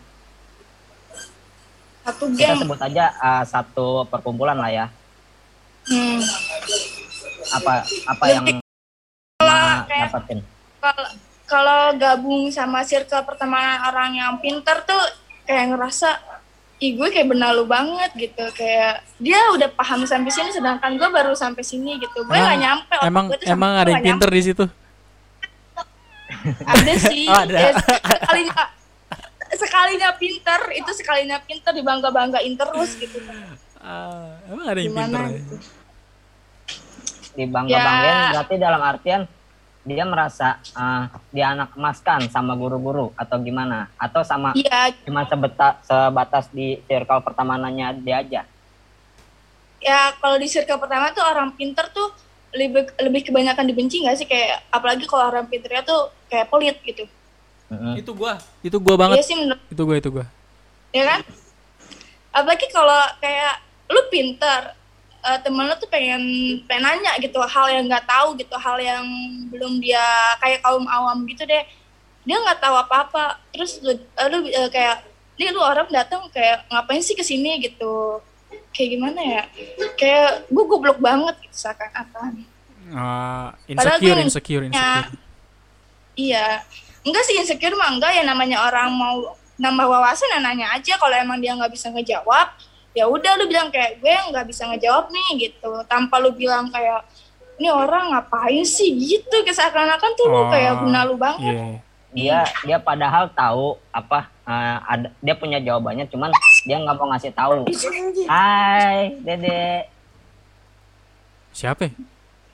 Satu kita geng. sebut aja uh, satu perkumpulan lah ya, Hmm. apa apa yang Kalau pernah kayak dapetin. kalau kalau gabung sama circle pertemanan orang yang pintar tuh kayak ngerasa, ih gue kayak benalu banget gitu, kayak dia udah paham sampai sini sedangkan gue baru sampai sini gitu. Gue nggak nyampe. otak emang gue tuh emang sampai- ada gue yang nggak pinter di situ. nyampe. Ada sih. Oh, ada. Ya, sekalinya sekalinya pinter itu sekalinya pinter dibangga-banggain terus gitu. Ah, emang ada yang Gimana pinter. Ya? gitu. Dibangga-banggain Ya. berarti dalam artian dia merasa uh, dia anak emas kan sama guru-guru atau gimana, atau sama Iya, cuma sebeta, sebatas di circle pertemanannya dia aja. ya kalau di circle pertama tuh orang pinter tuh lebih lebih kebanyakan dibenci nggak sih, kayak apalagi kalau orang pinternya tuh kayak pelit gitu. Mm-mm. Itu gua. Itu gua banget. Iya sih menurut, Itu gua, itu gua. ya kan? Apalagi kalau kayak lu pinter, eh, temen lu tuh pengen pengen nanya gitu hal yang nggak tahu gitu, hal yang belum dia, kayak kaum awam gitu deh, dia nggak tahu apa-apa, terus lu, eh, lu eh, kayak ini lu orang datang kayak ngapain sih kesini gitu, kayak gimana ya, kayak gue goblok banget gitu seakan-akan. Ah, Padahal insecure, gue- insecure, Ya, insecure. iya, enggak sih insecure mah enggak, ya namanya orang mau nambah wawasan ya nanya aja, kalau emang dia nggak bisa ngejawab ya udah lu bilang kayak gue nggak bisa ngejawab nih gitu, tanpa lu bilang kayak ini orang ngapain sih gitu, kayak seakan-akan tuh lu kayak guna lu banget. Iya. Dia dia padahal tahu apa eh, ada dia punya jawabannya, cuman dia nggak mau ngasih tahu. Hai, Dede. Siapa? ya?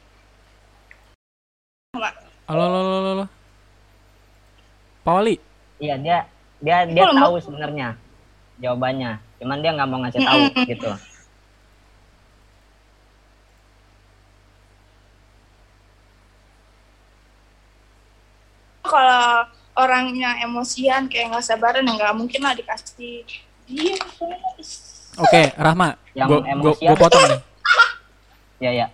Sama. Halo, halo, halo, halo. Pak Wali. Iya, dia dia dia Kok lemot? tahu sebenarnya jawabannya, cuman dia nggak mau ngasih tahu gitu. Kalau orangnya emosian kayak nggak sabaran ya nggak mungkin lah dikasih dia. Oke, Rahma. Yang Gua, gua, emosian. gua potong nih. Ya ya.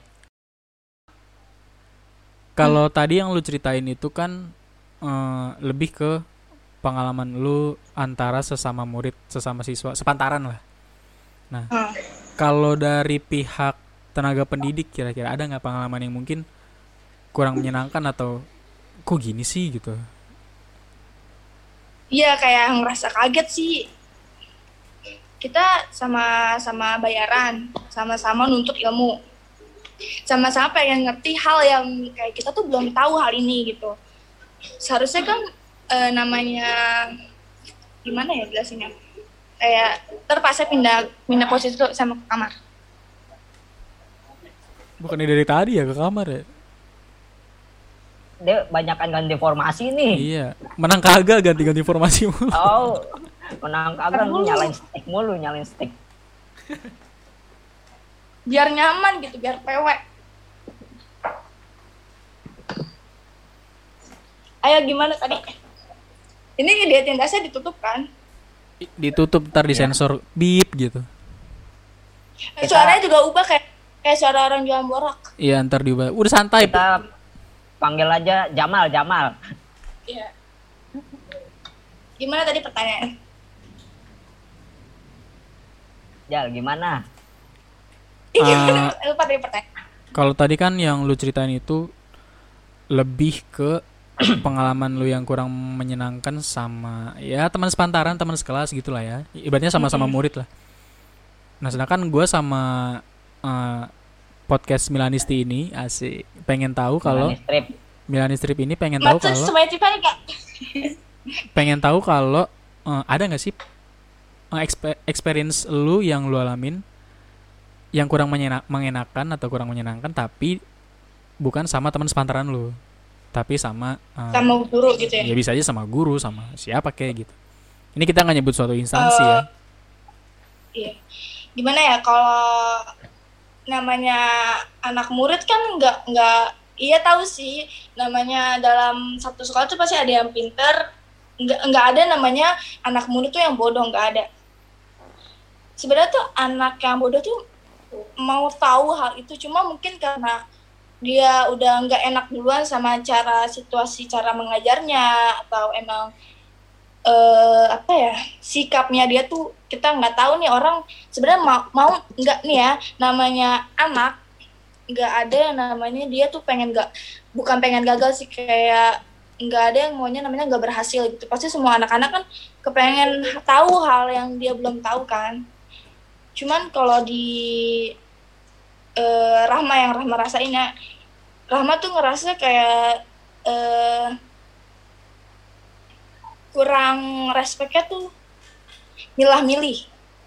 Kalau tadi yang lu ceritain itu kan eh, lebih ke pengalaman lu antara sesama murid, sesama siswa, sepantaran lah. Nah, Hmm. kalau dari pihak tenaga pendidik kira-kira ada nggak pengalaman yang mungkin kurang menyenangkan atau kok gini sih gitu? Iya, kayak ngerasa kaget sih. Kita sama-sama bayaran, sama-sama nuntut ilmu, sama-sama pengen ngerti hal yang kayak kita tuh belum tahu hal ini gitu. Seharusnya kan eh, namanya gimana ya jelasinnya? Kayak terpaksa pindah pindah posisi tuh sama ke kamar. Bukannya dari tadi ya ke kamar ya? Dia banyakan ganti formasi nih. Iya, menang kagak ganti-ganti informasi mulu. Oh, menang kagak lu Aduh. nyalain stick mulu, nyalain stick. Biar nyaman gitu, biar pewek. Ayo gimana tadi? Ini dia tendasnya ditutup kan? Ditutup ntar disensor beep gitu. Kita- Suaranya juga ubah kayak kayak suara orang jualan borak. Iya, ntar diubah. Udah santai. Kita panggil aja Jamal, Jamal. Iya. Gimana tadi pertanyaan? Jal, gimana? Ih, Ah. gimana? Lupa tadi pertanyaan. Kalau tadi kan yang lu ceritain itu lebih ke pengalaman lu yang kurang menyenangkan sama ya teman sepantaran, teman sekelas gitulah ya. Ibaratnya sama-sama murid lah. Nah, sedangkan gue sama eh, podcast Milanisti ini asik pengen tahu kalau Gimana nih, strip? Milanistrip ini pengen tahu Maksud kalau semuanya Tiffany kak? pengen tahu kalau eh, ada nggak sih eh, expe- experience lu yang lu alamin yang kurang menyena- mengenakan atau kurang menyenangkan tapi bukan sama teman sepantaran lu tapi sama eh, Sama guru gitu ya? ya bisa aja sama guru sama siapa kayak gitu. Ini kita nggak nyebut suatu instansi ya. Iya. Gimana ya kalau namanya anak murid kan nggak nggak iya tahu sih, namanya dalam satu sekolah tuh pasti ada yang pinter, nggak nggak ada namanya anak murid tuh yang bodoh, nggak ada. Sebenarnya tuh anak yang bodoh tuh mau tahu hal itu, cuma mungkin karena dia udah nggak enak duluan sama cara situasi cara mengajarnya, atau emang eh apa ya sikapnya dia tuh kita nggak tahu nih orang sebenarnya mau mau nggak nih ya, namanya anak nggak ada yang namanya dia tuh pengen nggak, bukan pengen gagal sih, kayak nggak ada yang maunya namanya nggak berhasil gitu. Pasti semua anak-anak kan kepengen tahu hal yang dia belum tahu kan. Cuman kalau di eh, Rahma yang Rahma rasain ya, Rahma tuh ngerasa kayak eh, kurang respectnya tuh milah-milih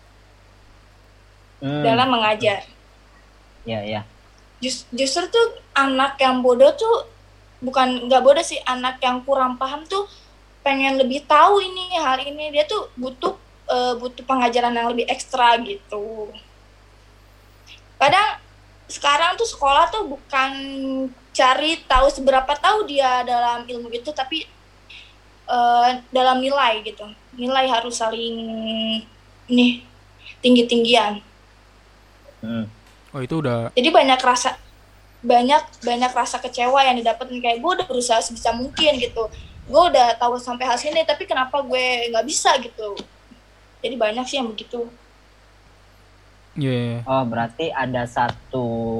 Hmm, dalam mengajar. ya ya. Jus- justru tuh anak yang bodoh tuh bukan nggak bodoh sih, anak yang kurang paham tuh pengen lebih tahu ini hal ini, dia tuh butuh eh, butuh pengajaran yang lebih ekstra gitu. Kadang sekarang tuh sekolah tuh bukan cari tahu seberapa tahu dia dalam ilmu itu, tapi uh, dalam nilai gitu. Nilai harus saling nih tinggi-tinggian. Hmm. Oh itu udah. Jadi banyak rasa banyak banyak rasa kecewa yang didapetin, kayak gue udah berusaha sebisa mungkin gitu. Gue udah tahu sampai hasil ini, tapi kenapa gue nggak bisa gitu. Jadi banyak sih yang begitu. Iya. Yeah. Oh berarti ada satu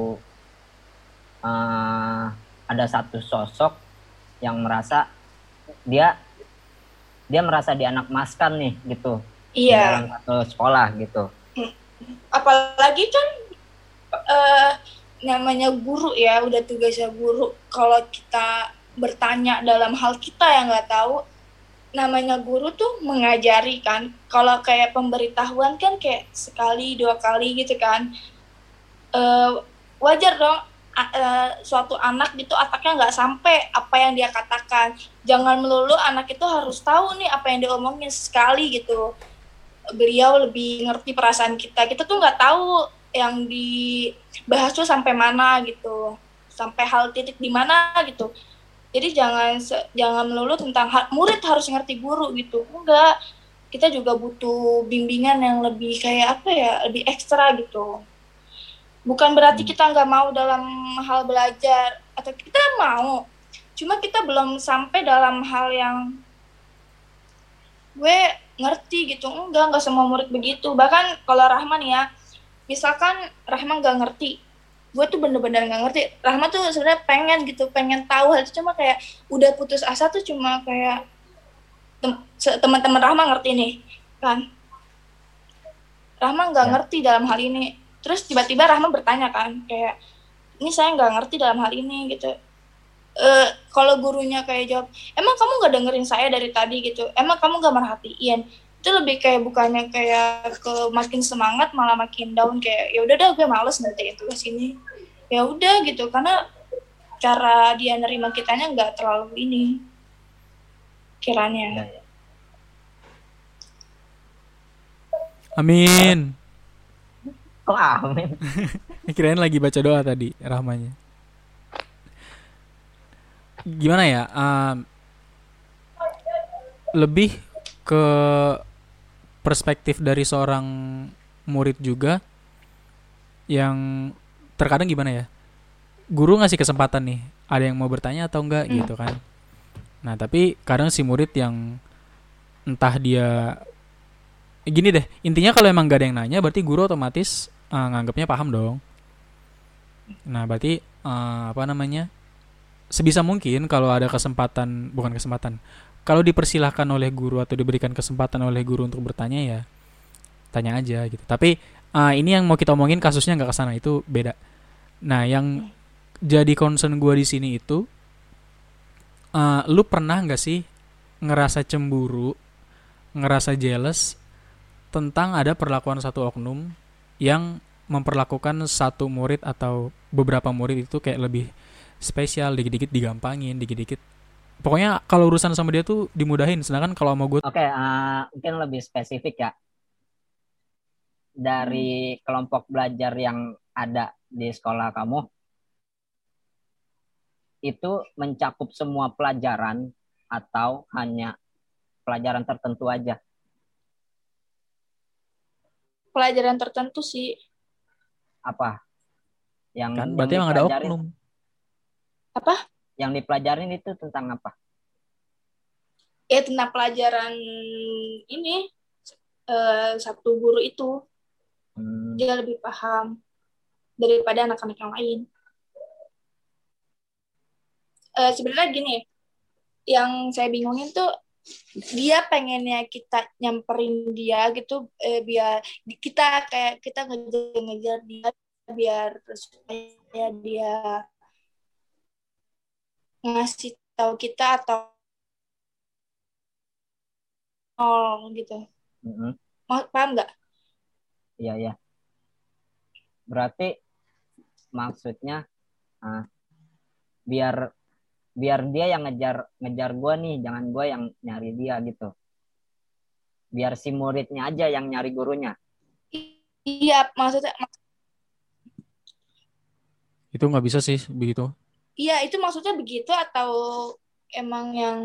uh, ada satu sosok yang merasa dia dia merasa dianakmaskan nih gitu. Iya. Di dalam satu sekolah gitu. Apalagi kan uh, namanya guru ya, udah tugasnya guru. Kalau kita bertanya dalam hal kita yang nggak tahu, namanya guru tuh mengajari kan. Kalau kayak pemberitahuan kan kayak sekali dua kali gitu kan. Uh, wajar dong uh, suatu anak gitu otaknya nggak sampai apa yang dia katakan. Jangan melulu anak itu harus tahu nih apa yang diomongin sekali gitu. Beliau lebih ngerti perasaan kita. Kita tuh nggak tahu yang dibahas tuh sampai mana gitu, sampai hal titik di mana gitu. Jadi jangan jangan melulu tentang ha- murid harus ngerti guru gitu. Enggak, kita juga butuh bimbingan yang lebih kayak apa ya, lebih ekstra gitu. Bukan berarti kita nggak mau dalam hal belajar, atau kita mau, cuma kita belum sampai dalam hal yang gue ngerti gitu. Enggak, nggak semua murid begitu. Bahkan kalau Rahman ya, misalkan Rahman nggak ngerti, gue tuh bener-bener nggak ngerti. Rahma tuh sebenarnya pengen gitu, pengen tahu hal itu, cuma kayak udah putus asa tuh, cuma kayak tem- teman-teman Rahma ngerti nih kan, Rahma nggak Ya. ngerti dalam hal ini. Terus tiba-tiba Rahma bertanya kan, kayak ini saya nggak ngerti dalam hal ini gitu. E, kalau gurunya kayak jawab, emang kamu nggak dengerin saya dari tadi gitu, emang kamu nggak merhatiin, itu lebih kayak bukannya kayak ke makin semangat, malah makin down, kayak ya udah dah gue males ngertiin tugas ini, ya udah gitu. Karena cara dia nerima kitanya nggak terlalu ini kiranya. Ya, ya. Amin. Kok amin? Kirain lagi baca doa tadi Rahmanya. Gimana ya? Um, lebih ke perspektif dari seorang murid juga, yang terkadang gimana ya, guru ngasih kesempatan nih, ada yang mau bertanya atau enggak gitu kan. Nah tapi kadang si murid yang entah dia gini deh, intinya kalau emang gak ada yang nanya berarti guru otomatis uh, nganggapnya paham dong. Nah berarti uh, apa namanya, sebisa mungkin kalau ada kesempatan, bukan kesempatan, kalau dipersilahkan oleh guru atau diberikan kesempatan oleh guru untuk bertanya, ya tanya aja gitu. Tapi uh, ini yang mau kita omongin kasusnya nggak kesana, itu beda. Nah yang jadi concern gue di sini itu, uh, lu pernah nggak sih ngerasa cemburu, ngerasa jealous tentang ada perlakuan satu oknum yang memperlakukan satu murid atau beberapa murid itu kayak lebih spesial, dikit-dikit digampangin, dikit-dikit pokoknya kalau urusan sama dia tuh dimudahin, sedangkan kalau mau gue. Oke, okay, uh, mungkin lebih spesifik ya. Dari kelompok belajar yang ada di sekolah kamu, itu mencakup semua pelajaran atau hanya pelajaran tertentu aja? Pelajaran tertentu sih. Apa? Yang Kan yang berarti emang ada dipelajarin- oknum. Apa? Yang dipelajarin itu tentang apa? Ya tentang pelajaran ini, uh, satu guru itu Hmm. dia lebih paham daripada anak-anak yang lain. Uh, sebenarnya gini, yang saya bingungin tuh, dia pengennya kita nyamperin dia gitu, eh, biar kita kayak kita ngejar-ngejar dia, biar supaya dia ngasih tahu kita atau oh gitu. Mm-hmm. Paham nggak? Iya, iya. Berarti maksudnya uh, biar biar dia yang ngejar ngejar gue nih, jangan gue yang nyari dia gitu. Biar si muridnya aja yang nyari gurunya. Iya, maksudnya Itu nggak bisa sih begitu. Iya, itu maksudnya begitu atau emang yang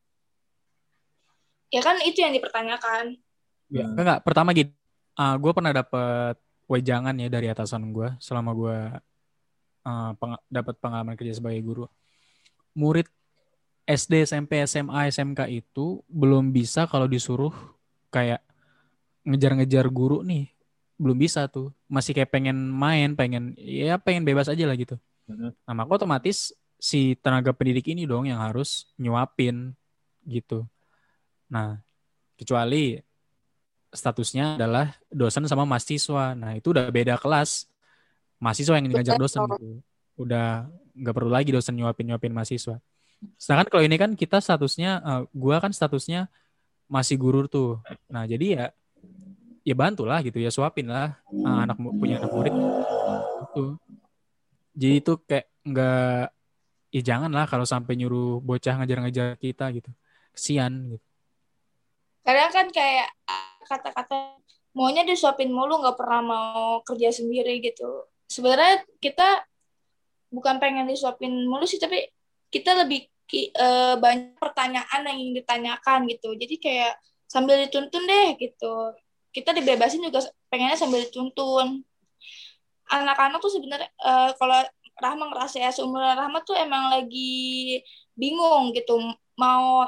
ya kan itu yang dipertanyakan. Ya, Hmm. enggak, pertama gitu. Uh, gue pernah dapet wejangan ya dari atasan gue selama gue uh, peng- dapat pengalaman kerja sebagai guru. Murid S D, S M P, S M A, S M K itu belum bisa kalau disuruh kayak ngejar-ngejar guru nih. Belum bisa tuh. Masih kayak pengen main, pengen ya pengen bebas aja lah gitu. Hmm. Nah, maka otomatis si tenaga pendidik ini dong yang harus nyuapin gitu. Nah, kecuali statusnya adalah dosen sama mahasiswa. Nah, itu udah beda kelas. Mahasiswa yang ngajar dosen Betul. gitu. Udah nggak perlu lagi dosen nyuapin-nyuapin mahasiswa. Sedangkan kalau ini kan kita statusnya, uh, gua kan statusnya masih guru tuh. Nah, jadi ya ya bantulah gitu ya, suapin lah uh, anak mu- punya anak murid itu. Jadi itu kayak nggak, ya jangan lah kalau sampai nyuruh bocah ngajar-ngajar kita gitu. Kesian gitu. Kadang kan kayak kata-kata maunya disuapin mulu, nggak pernah mau kerja sendiri gitu. Sebenarnya kita bukan pengen disuapin mulu sih, tapi kita lebih ki- eh, banyak pertanyaan yang ingin ditanyakan gitu. Jadi kayak sambil dituntun deh gitu. Kita dibebasin juga pengennya sambil dituntun. Anak-anak tuh sebenarnya eh, kalau Rahma ngerasa ya, seumuran Rahma tuh emang lagi bingung gitu, mau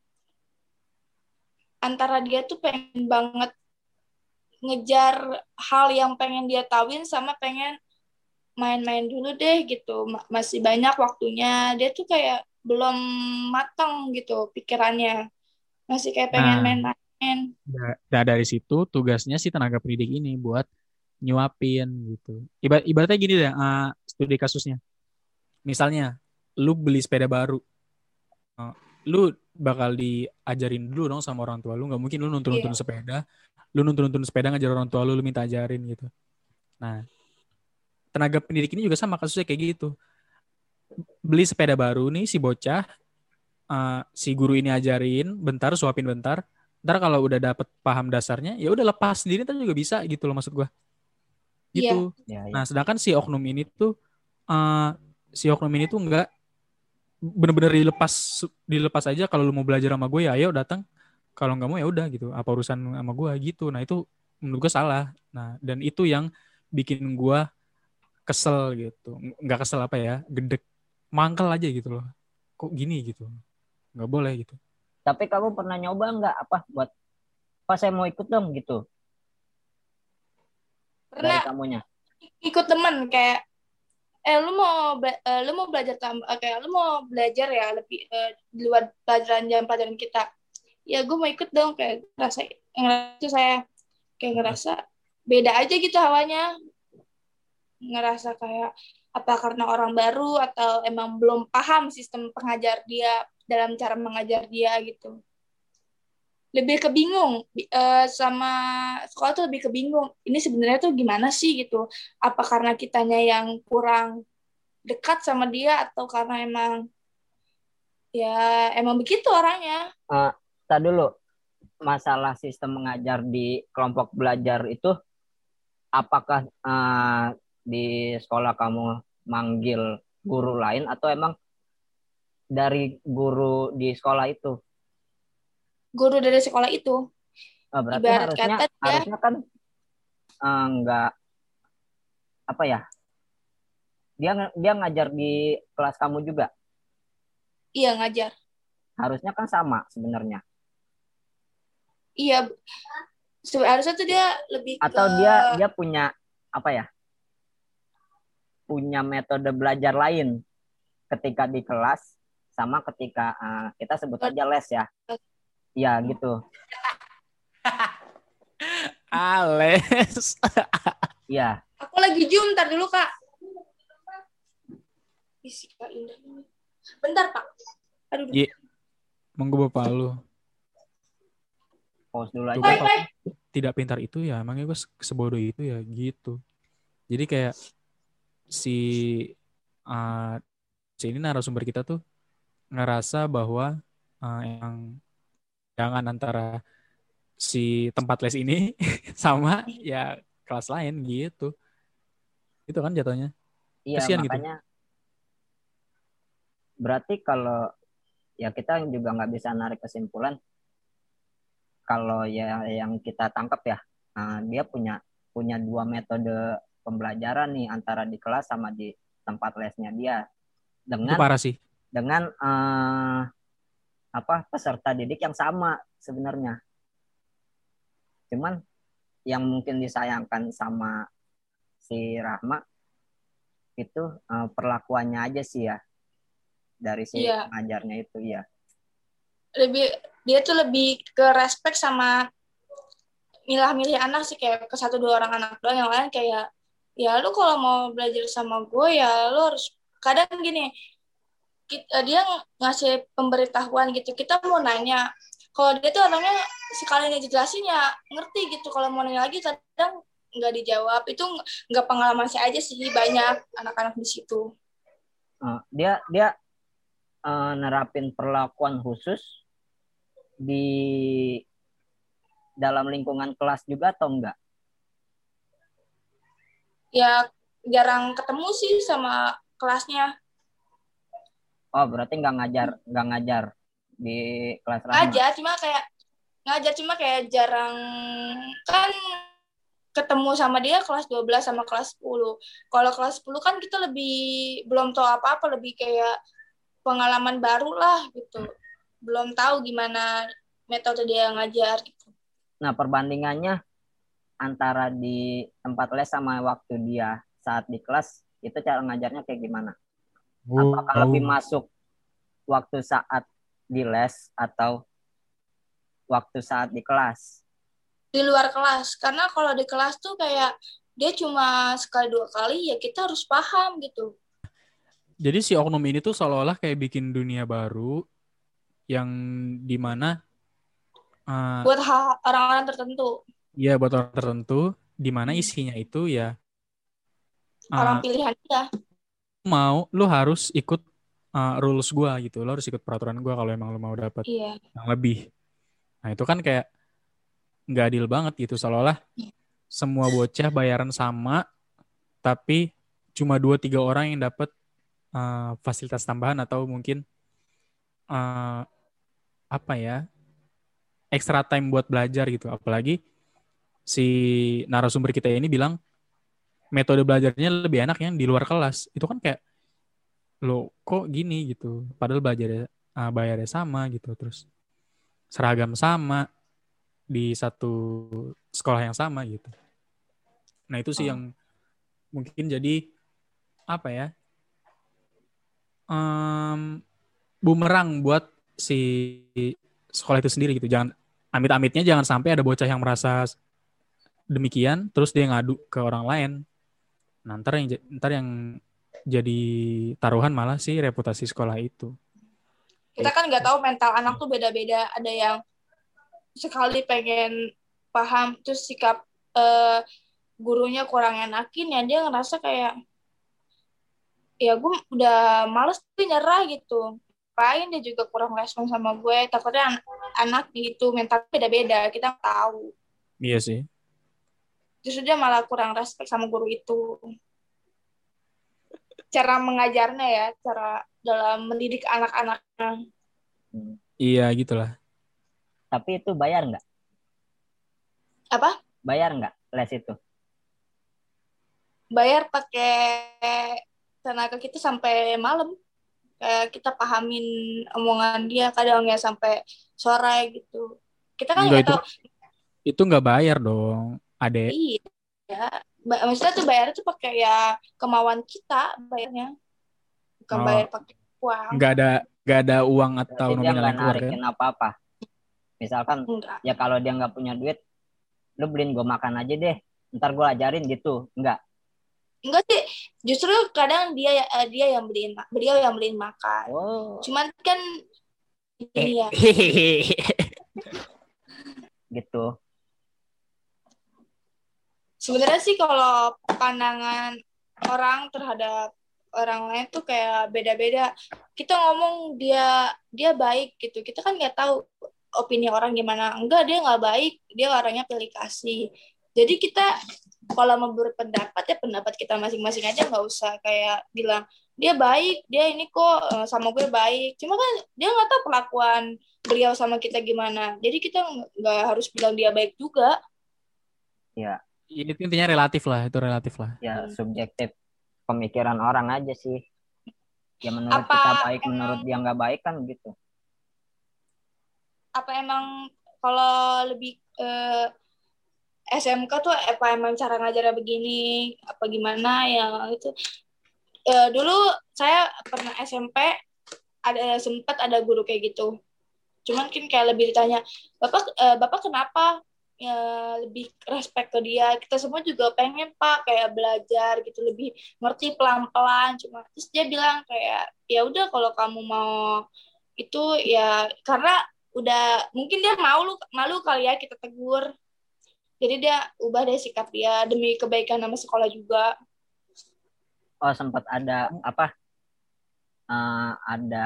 antara dia tuh pengen banget ngejar hal yang pengen dia tawin sama pengen main-main dulu deh gitu. Ma- masih banyak waktunya, dia tuh kayak belum matang gitu pikirannya, masih kayak pengen Nah, main-main. da- da- dari situ tugasnya si tenaga pendidik ini buat nyuapin gitu. Ibarat, ibaratnya gini deh, uh, studi kasusnya. Misalnya, lu beli sepeda baru, uh, lu bakal diajarin dulu dong sama orang tua lu. Nggak mungkin lu nuntun-nuntun Iya, sepeda, lu nuntun-nuntun sepeda ngajar orang tua lu, lu minta ajarin gitu. Nah, tenaga pendidik ini juga sama kasusnya kayak gitu. Beli sepeda baru nih si bocah, uh, si guru ini ajarin, bentar, suapin bentar. Ntar kalau udah dapet paham dasarnya, ya udah lepas sendiri, ntar juga bisa gitu loh maksud gua. iya, Gitu. Ya, Nah, ya. sedangkan si oknum ini tuh, uh, si oknum ini tuh nggak bener-bener dilepas dilepas aja, kalau lu mau belajar sama gue ya ayo datang, kalau nggak mau ya udah gitu, apa urusan sama gue gitu. Nah itu menurut gue salah. Nah dan itu yang bikin gue kesel gitu, nggak kesel apa ya, gedek, mangkel aja gitu loh, kok gini gitu, nggak boleh gitu. Tapi kamu pernah nyoba nggak apa buat pas saya mau ikut dong gitu dari pernah kamunya? ikut temen kayak eh lu mau bela- eh, lu mau belajar tam- eh, kayak lu mau belajar ya lebih eh, di luar pelajaran jam pelajaran kita, ya gue mau ikut dong, kayak ngerasa ngerasa saya kayak ngerasa beda aja gitu hawanya, ngerasa kayak apa karena orang baru atau emang belum paham sistem pengajar dia dalam cara mengajar dia gitu, lebih kebingung eh, sama sekolah tuh lebih kebingung ini sebenarnya tuh gimana sih gitu, apa karena kitanya yang kurang dekat sama dia atau karena emang ya emang begitu orangnya. Eh, tak dulu, masalah sistem mengajar di kelompok belajar itu apakah eh, di sekolah kamu manggil guru lain atau emang dari guru di sekolah itu? Guru dari sekolah itu Eh, berarti ibarat harusnya kata dia harusnya kan eh, nggak apa ya? Dia dia ngajar di kelas kamu juga. iya ngajar, Harusnya kan sama sebenarnya. iya seharusnya tuh dia lebih ke Atau dia dia punya apa ya? Punya metode belajar lain ketika di kelas sama ketika uh, kita sebut aja les ya. Iya gitu. Ales. Iya. aku lagi zoom, ntar dulu kak. Isi Kak Indah ini. Bentar pak, aduh. Ye, monggo bapak lu. Pause dulu Tuh aja. gue tidak pintar itu ya, emangnya gue sebodoh itu ya gitu. Jadi kayak si uh, si ini narasumber kita tuh ngerasa bahwa uh, yang jangan antara si tempat les ini sama ya kelas lain gitu. Itu kan jatuhnya. Iya, Kasihan gitu. makanya berarti kalau ya kita juga nggak bisa narik kesimpulan kalau ya yang kita tangkap ya, nah, dia punya punya dua metode pembelajaran nih antara di kelas sama di tempat lesnya dia Itu dengan parah sih. dengan eh, apa peserta didik yang sama sebenarnya. Cuman yang mungkin disayangkan sama si Rahma itu eh, perlakuannya aja sih ya dari si Iya, pengajarnya itu ya. lebih dia tuh lebih ke respect sama milah-milih anak sih, kayak ke satu dua orang anak doang, yang lain kayak ya lu kalau mau belajar sama gue ya lu harus, kadang gini kita, dia ngasih pemberitahuan gitu, kita mau nanya, kalau dia tuh orangnya sekali dijelasin ya ngerti gitu, kalau mau nanya lagi kadang nggak dijawab. Itu nggak pengalaman saya aja sih, banyak anak-anak di situ. Eh, dia dia eh, nerapin perlakuan khusus di dalam lingkungan kelas juga atau enggak? Ya jarang ketemu sih sama kelasnya. Oh, berarti nggak ngajar nggak ngajar di kelas Rahma. Ngajar cuma kayak ngajar cuma kayak jarang, kan ketemu sama dia kelas dua belas sama kelas sepuluh. Kalau kelas sepuluh kan kita lebih belum tahu apa-apa, lebih kayak pengalaman baru lah gitu. Belum tahu gimana metode dia ngajar gitu. Nah, perbandingannya antara di tempat les sama waktu dia saat di kelas itu cara ngajarnya kayak gimana? Apakah lebih masuk waktu saat di les atau waktu saat di kelas? Di luar kelas, karena kalau di kelas tuh kayak dia cuma sekali dua kali, ya kita harus paham gitu. Jadi si oknum ini tuh seolah-olah kayak bikin dunia baru yang dimana uh, Buat hal orang-orang tertentu, ya buat orang tertentu, dimana Hmm. isinya itu ya orang uh, pilihan dia. mau lu harus ikut uh, rules gua gitu, lu harus ikut peraturan gua kalau emang lu mau dapat Iya. yang lebih. Nah itu kan kayak nggak adil banget gitu, seolah-olah semua bocah bayaran sama, tapi cuma dua tiga orang yang dapat uh, fasilitas tambahan atau mungkin uh, apa ya extra time buat belajar gitu. Apalagi si narasumber kita ini bilang metode belajarnya lebih enak yang di luar kelas. Itu kan kayak lo kok gini gitu. Padahal belajarnya uh, bayarnya sama gitu, terus seragam sama di satu sekolah yang sama gitu. Nah itu sih yang mungkin jadi apa ya um, bumerang buat si sekolah itu sendiri gitu. Jangan amit-amitnya jangan sampai ada bocah yang merasa demikian terus dia ngadu ke orang lain. Nah, ntar yang ntar yang jadi taruhan malah sih reputasi sekolah itu. Kita kan nggak tahu mental anak tuh beda-beda. Ada yang sekali pengen paham, terus sikap eh, gurunya kurang enakin, ya dia ngerasa kayak ya gue udah males tuh nyerah gitu. Lain dia juga kurang respon sama gue. Takutnya an- anak gitu mental beda-beda. Kita nggak tahu. Iya sih. Justru dia malah kurang respect sama guru itu. Cara mengajarnya ya, cara dalam mendidik anak-anaknya. Hmm. Iya gitulah. Tapi itu bayar nggak? Apa? Bayar nggak les itu? Bayar pakai tenaga kita sampai malam. Kayak kita pahamin omongan dia, kadang ya sampai sore gitu. Kita kan Enggak nggak itu tahu. itu nggak bayar dong, Ade. Iya, ba- maksudnya tuh bayar tuh pakai ya kemauan kita bayarnya, bukan Oh, bayar pakai uang. nggak ada nggak ada uang atau Berarti dia nominal nggak yang keluar kan? narikin apa-apa. Misalkan Enggak. ya kalau dia nggak punya duit, lu beliin gue makan aja deh. Ntar gue ajarin gitu. Enggak. Enggak sih, justru kadang dia eh, dia yang beliin, beliau yang beliin makan. Oh, Cuman kan ini ya, gitu. sebenarnya sih kalau pandangan orang terhadap orang lain tuh kayak beda-beda. Kita ngomong dia dia baik gitu, kita kan nggak tahu opini orang gimana. Enggak, dia nggak baik, dia orangnya pilih kasih. Jadi kita kalau mau berpendapat ya pendapat kita masing-masing aja, nggak usah kayak bilang dia baik, dia ini kok eh, sama gue baik. Cuma kan dia nggak tahu perlakuan beliau sama kita gimana. Jadi kita nggak harus bilang dia baik juga. Ya, Ya, itu intinya relatif lah, itu relatif lah. ya Hmm. subjektif pemikiran orang aja sih. Ya menurut Apa kita baik, emang menurut dia nggak baik kan gitu. apa emang kalau lebih eh, S M K tuh apa emang cara ngajarnya begini apa gimana ya itu. Eh, dulu saya pernah S M P ada sempat ada guru kayak gitu. Cuman kan kayak lebih ditanya, bapak eh, bapak kenapa ya, lebih respect ke dia. Kita semua juga pengen pak kayak belajar gitu lebih ngerti pelan-pelan. Cuma terus dia bilang kayak ya udah kalau kamu mau itu ya karena udah mungkin dia malu malu kali ya kita tegur. Jadi dia ubah deh sikap dia demi kebaikan nama sekolah juga. Oh sempat ada apa? eh, ada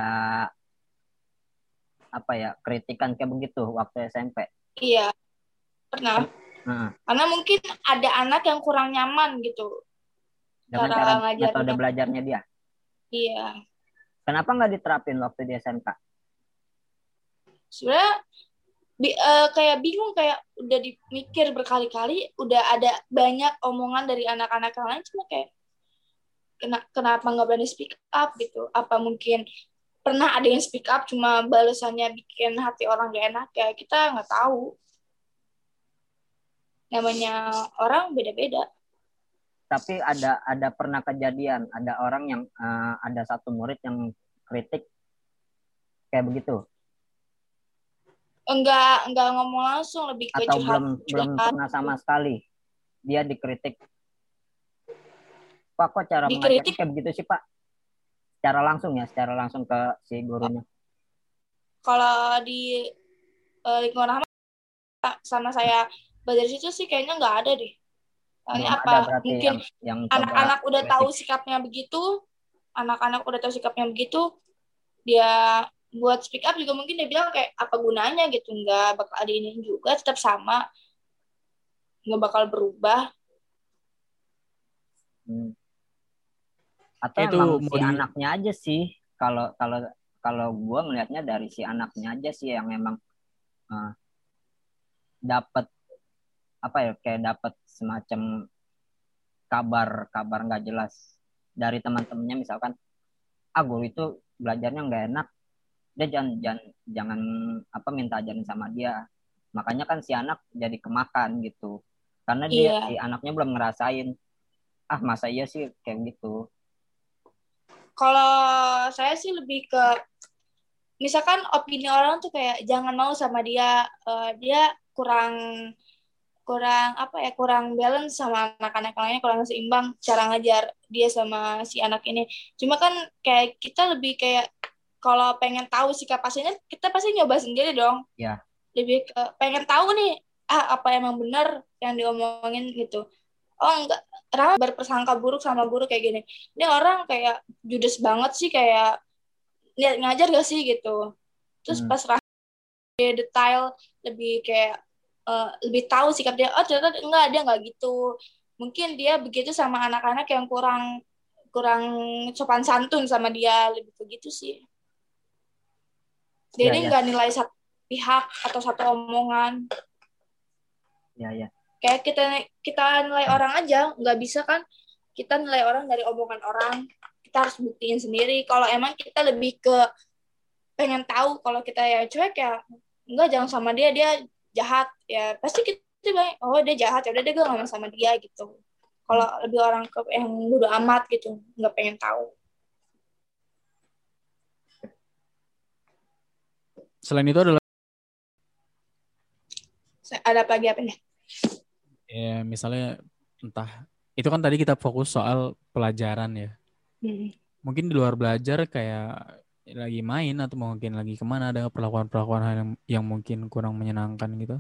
apa ya kritikan kayak begitu waktu S M P. Iya, pernah. Heeh. Karena mungkin ada anak yang kurang nyaman gitu Dengan cara cara metode ngajarnya. belajarnya dia. Iya. Kenapa nggak diterapin waktu di S M K? Sebenarnya bi- eh, kayak bingung kayak udah dimikir berkali-kali, udah ada banyak omongan dari anak-anak yang lain cuma kayak kena- kenapa nggak berani speak up gitu? Apa mungkin pernah ada yang speak up cuma balasannya bikin hati orang gak enak ya kita nggak tahu. Namanya orang beda-beda. Tapi ada ada pernah kejadian ada orang yang eh, ada satu murid yang kritik kayak begitu Enggak enggak ngomong langsung lebih ke atau curhat belum belum curhat pernah sama sekali dia dikritik. Pak kok cara mengajarnya dikritik kayak begitu sih Pak? Secara langsung ya, secara langsung ke si gurunya. kalau di eh, lingkungan Rahma sama saya belajar situ sih kayaknya nggak ada deh. Soalnya Belum ada apa berarti mungkin yang yang coba anak-anak udah tahu kritik. sikapnya begitu, anak-anak udah tahu sikapnya begitu, dia buat speak up juga mungkin dia bilang kayak apa gunanya gitu, nggak bakal ada ini juga, tetap sama, nggak bakal berubah. Hmm. Atau Kayak itu emang mau si di anaknya aja sih kalau kalau kalau gue melihatnya dari si anaknya aja sih yang emang uh, dapat apa ya kayak dapat semacam kabar kabar nggak jelas dari teman-temannya misalkan ah guru itu belajarnya nggak enak dia jangan jangan jangan apa minta ajarin sama dia makanya kan si anak jadi kemakan gitu karena dia si Iya, anaknya belum ngerasain ah masa iya sih kayak gitu. kalau saya sih lebih ke misalkan opini orang tuh kayak jangan mau sama dia, eh, dia kurang kurang apa ya kurang balance sama anak-anak lainnya kurang seimbang cara ngajar dia sama si anak ini cuma kan kayak kita lebih kayak kalau pengen tahu sikap aslinya kita pasti nyoba sendiri dong Ya lebih ke pengen tahu nih ah apa emang benar yang diomongin gitu oh enggak Rama berpersangka buruk sama guru kayak gini ini orang kayak judes banget sih kayak niat ngajar gak sih gitu terus hmm. pas detail lebih kayak uh, lebih tahu sikap dia oh ternyata enggak dia enggak gitu mungkin dia begitu sama anak-anak yang kurang kurang sopan santun sama dia lebih begitu sih Ya jadi ya nggak nilai satu pihak atau satu omongan ya ya kayak kita kita nilai orang aja nggak bisa kan kita nilai orang dari omongan orang kita harus buktiin sendiri kalau emang kita lebih ke pengen tahu kalau kita ya cuek ya enggak jangan sama dia dia jahat ya pasti kita bilang oh dia jahat ya udah deh gue nggak mau sama dia gitu kalau lebih orang ke yang bodo amat gitu nggak pengen tahu selain itu adalah ada apa lagi apa nih ya misalnya entah itu kan tadi kita fokus soal pelajaran ya. hmm. Mungkin di luar belajar kayak lagi main atau mungkin lagi kemana ada perlakuan-perlakuan hal yang, yang mungkin kurang menyenangkan gitu.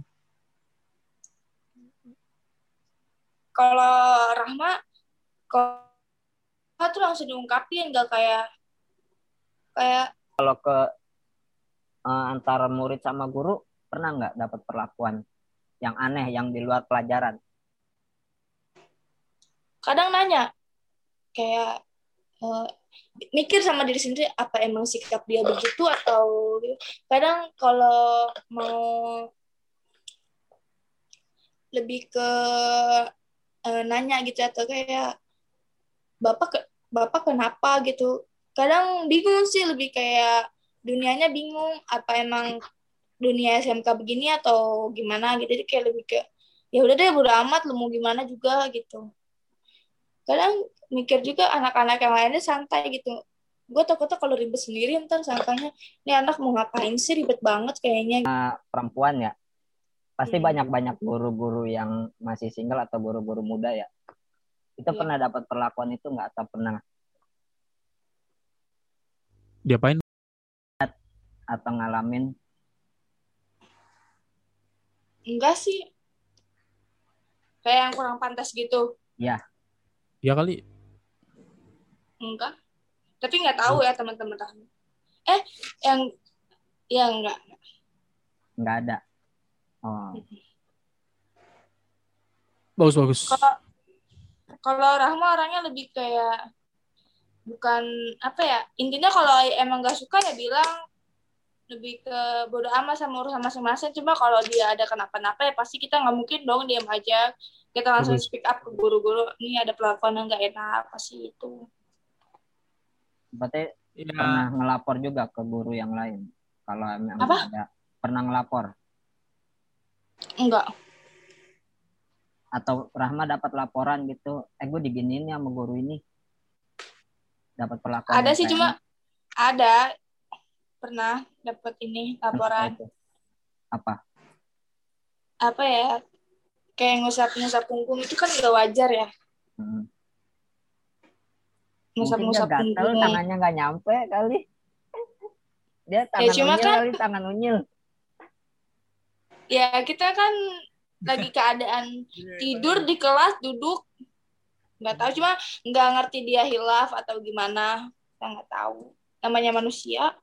Kalau Rahma kalau tuh langsung diungkapin nggak kayak kayak kalau ke eh, antara murid sama guru pernah nggak dapat perlakuan yang aneh yang di luar pelajaran kadang nanya kayak eh, mikir sama diri sendiri apa emang sikap dia begitu atau kadang kalau mau lebih ke eh, nanya gitu atau kayak bapak ke, bapak kenapa gitu kadang bingung sih lebih kayak dunianya bingung apa emang dunia S M K begini atau gimana gitu jadi kayak lebih ke ya udah deh bodo amat lu mau gimana juga gitu kadang mikir juga anak-anak yang lainnya santai gitu gue takutnya kalau ribet sendiri ntar sangkanya ini anak mau ngapain sih ribet banget kayaknya Perempuan ya, pasti hmm. banyak-banyak guru-guru yang masih single atau guru-guru muda ya. Itu Iya. pernah dapat perlakuan itu nggak atau pernah Diapain? atau ngalamin? Enggak sih kayak yang kurang pantas gitu Ya, Ya kali. enggak tapi nggak tahu ya teman-teman eh yang ya enggak nggak ada. Oh, Bagus bagus. kalau kalau Rahma orangnya lebih kayak bukan apa ya intinya kalau emang nggak suka ya bilang lebih ke bodo amat sama urusan masing-masing cuma kalau dia ada kenapa-napa ya pasti kita nggak mungkin dong diam aja kita langsung Bagus. speak up ke guru-guru ini ada perlakuan yang nggak enak pasti itu berarti Ya, pernah ngelapor juga ke guru yang lain kalau emang Apa? ada pernah ngelapor enggak atau Rahma dapat laporan gitu, eh gue diginiin ya sama guru ini, dapat perlakuan ada yang sih kayak cuma ini. ada pernah dapat ini Apa laporan itu? Apa? apa ya kayak ngusap-ngusap punggung itu kan nggak wajar ya Hmm. Mungkin dia ngusap-ngusap gatel, punggung tangannya nggak nyampe kali. Dia ya tangan cuma unyil kan kali, tangan unyil. ya kita kan lagi keadaan tidur di kelas duduk nggak tahu cuma nggak ngerti dia hilaf atau gimana kita nggak tahu namanya manusia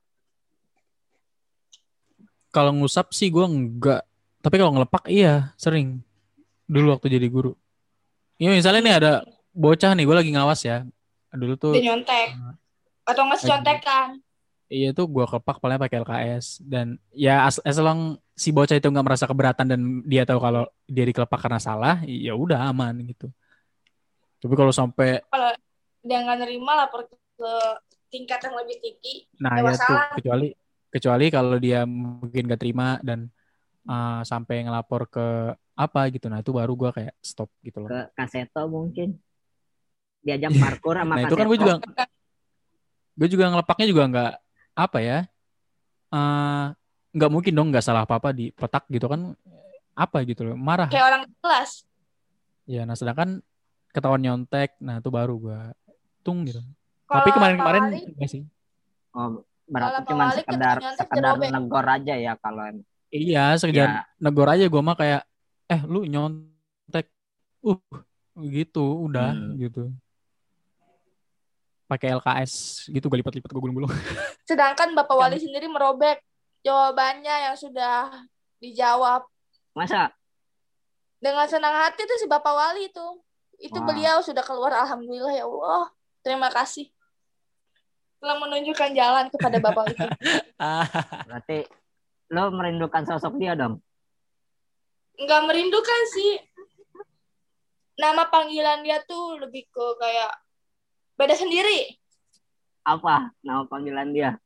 kalau ngusap sih gue enggak. Tapi kalau ngelepak iya sering. Dulu waktu jadi guru. Iya misalnya nih ada bocah nih gue lagi ngawas ya. Dulu tuh dia nyontek atau ngasih lagi contekan iya tuh gue kelepak palanya pakai L K S dan ya as, as long si bocah itu nggak merasa keberatan dan dia tahu kalau dia dikelepak karena salah, ya udah aman gitu. Tapi kalau sampai kalau dia nggak nerima lapor ke tingkat yang lebih tinggi nah ya ya tuh masalah kecuali kecuali kalau dia mungkin gak terima dan uh, sampai ngelapor ke apa gitu, nah itu baru gue kayak stop gitu loh. Ke Kaseto mungkin. Diajak parkur sama Nah itu Kaseto. kan gue juga gue juga ngelepaknya juga nggak apa ya uh, nggak mungkin dong nggak salah apa apa di petak gitu kan apa gitu loh marah kayak orang kelas ya. Nah sedangkan ketahuan nyontek, nah itu baru gue tung gitu. Tapi kalau kemarin-kemarin Pak Wali enggak sih. Oh, berarti kalau Pak cuma Wali sekedar ketemu nyontek sekedar dirobek negor aja ya kalau emang. Iya sekedar Ya, negor aja gue mah kayak eh lu nyontek uh gitu udah hmm. gitu pakai L K S gitu gue lipat-lipat gue gulung-gulung. sedangkan Bapak Wali sendiri merobek jawabannya yang sudah dijawab Masa? dengan senang hati tuh si Bapak Wali itu itu Wah. beliau sudah keluar alhamdulillah ya Allah terima kasih telah menunjukkan jalan kepada Bapak itu Berarti lo merindukan sosok dia dong? nggak merindukan sih nama panggilan dia tuh lebih ke kayak beda sendiri Apa nama panggilan dia?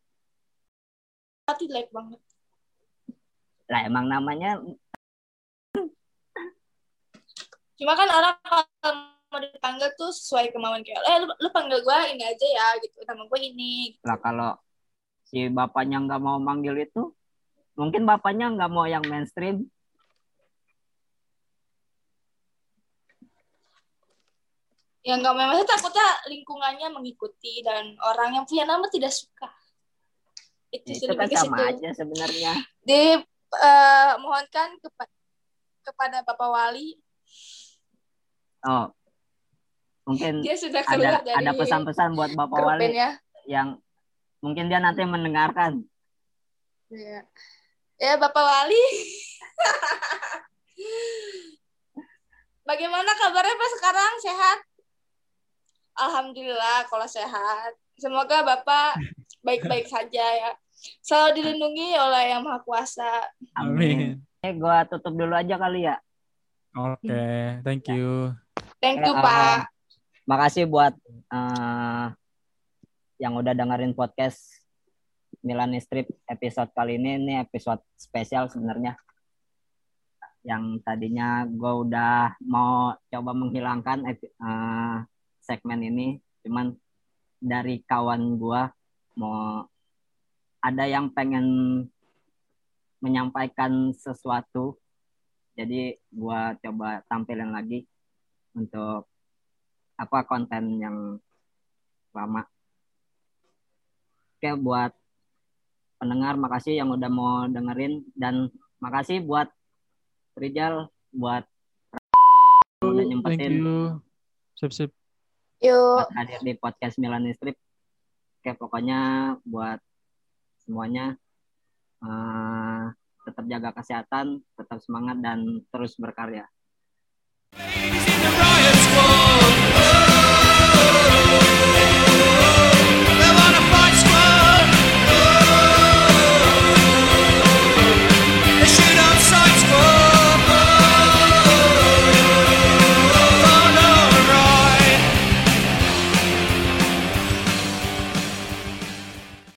hati like banget Lah emang namanya cuma kan orang kalau mau dipanggil tuh sesuai kemauan kayak eh lu, lu panggil gue ini aja ya gitu nama gue ini gitu. lah kalau si bapaknya nggak mau manggil itu, mungkin bapaknya nggak mau yang mainstream. Ya nggak memang takutnya lingkungannya mengikuti dan orang yang punya nama tidak suka itu, Ya, itu kan sama situ. aja sebenarnya. Di uh, mohonkan kepa- kepada Bapak Wali. Oh, mungkin dia sudah keluar ada dari ada pesan-pesan buat Bapak Wali ya. yang mungkin dia nanti mendengarkan. Ya, ya Bapak Wali. Bagaimana kabarnya Pak sekarang? Sehat? Alhamdulillah kalau sehat. Semoga Bapak baik-baik saja ya. Selalu dilindungi oleh Yang Maha Kuasa. Amin. Eh, gua tutup dulu aja kali ya. Oke, thank you. Thank you Eh, Pak. uh, makasih buat uh, yang udah dengerin podcast Milan Strip episode kali ini. Ini episode spesial sebenarnya. Yang tadinya gue udah mau coba menghilangkan uh, segmen ini, cuman dari kawan gue mau ada yang pengen menyampaikan sesuatu, jadi gue coba tampilin lagi untuk apa konten yang lama. Oke, buat pendengar makasih yang udah mau dengerin, dan makasih buat Rijal buat udah Thank nyempetin you. Sip sip. Yuk. buat hadir di podcast Milan Strip. Oke, pokoknya buat semuanya uh, tetap jaga kesehatan, tetap semangat dan terus berkarya. Ladies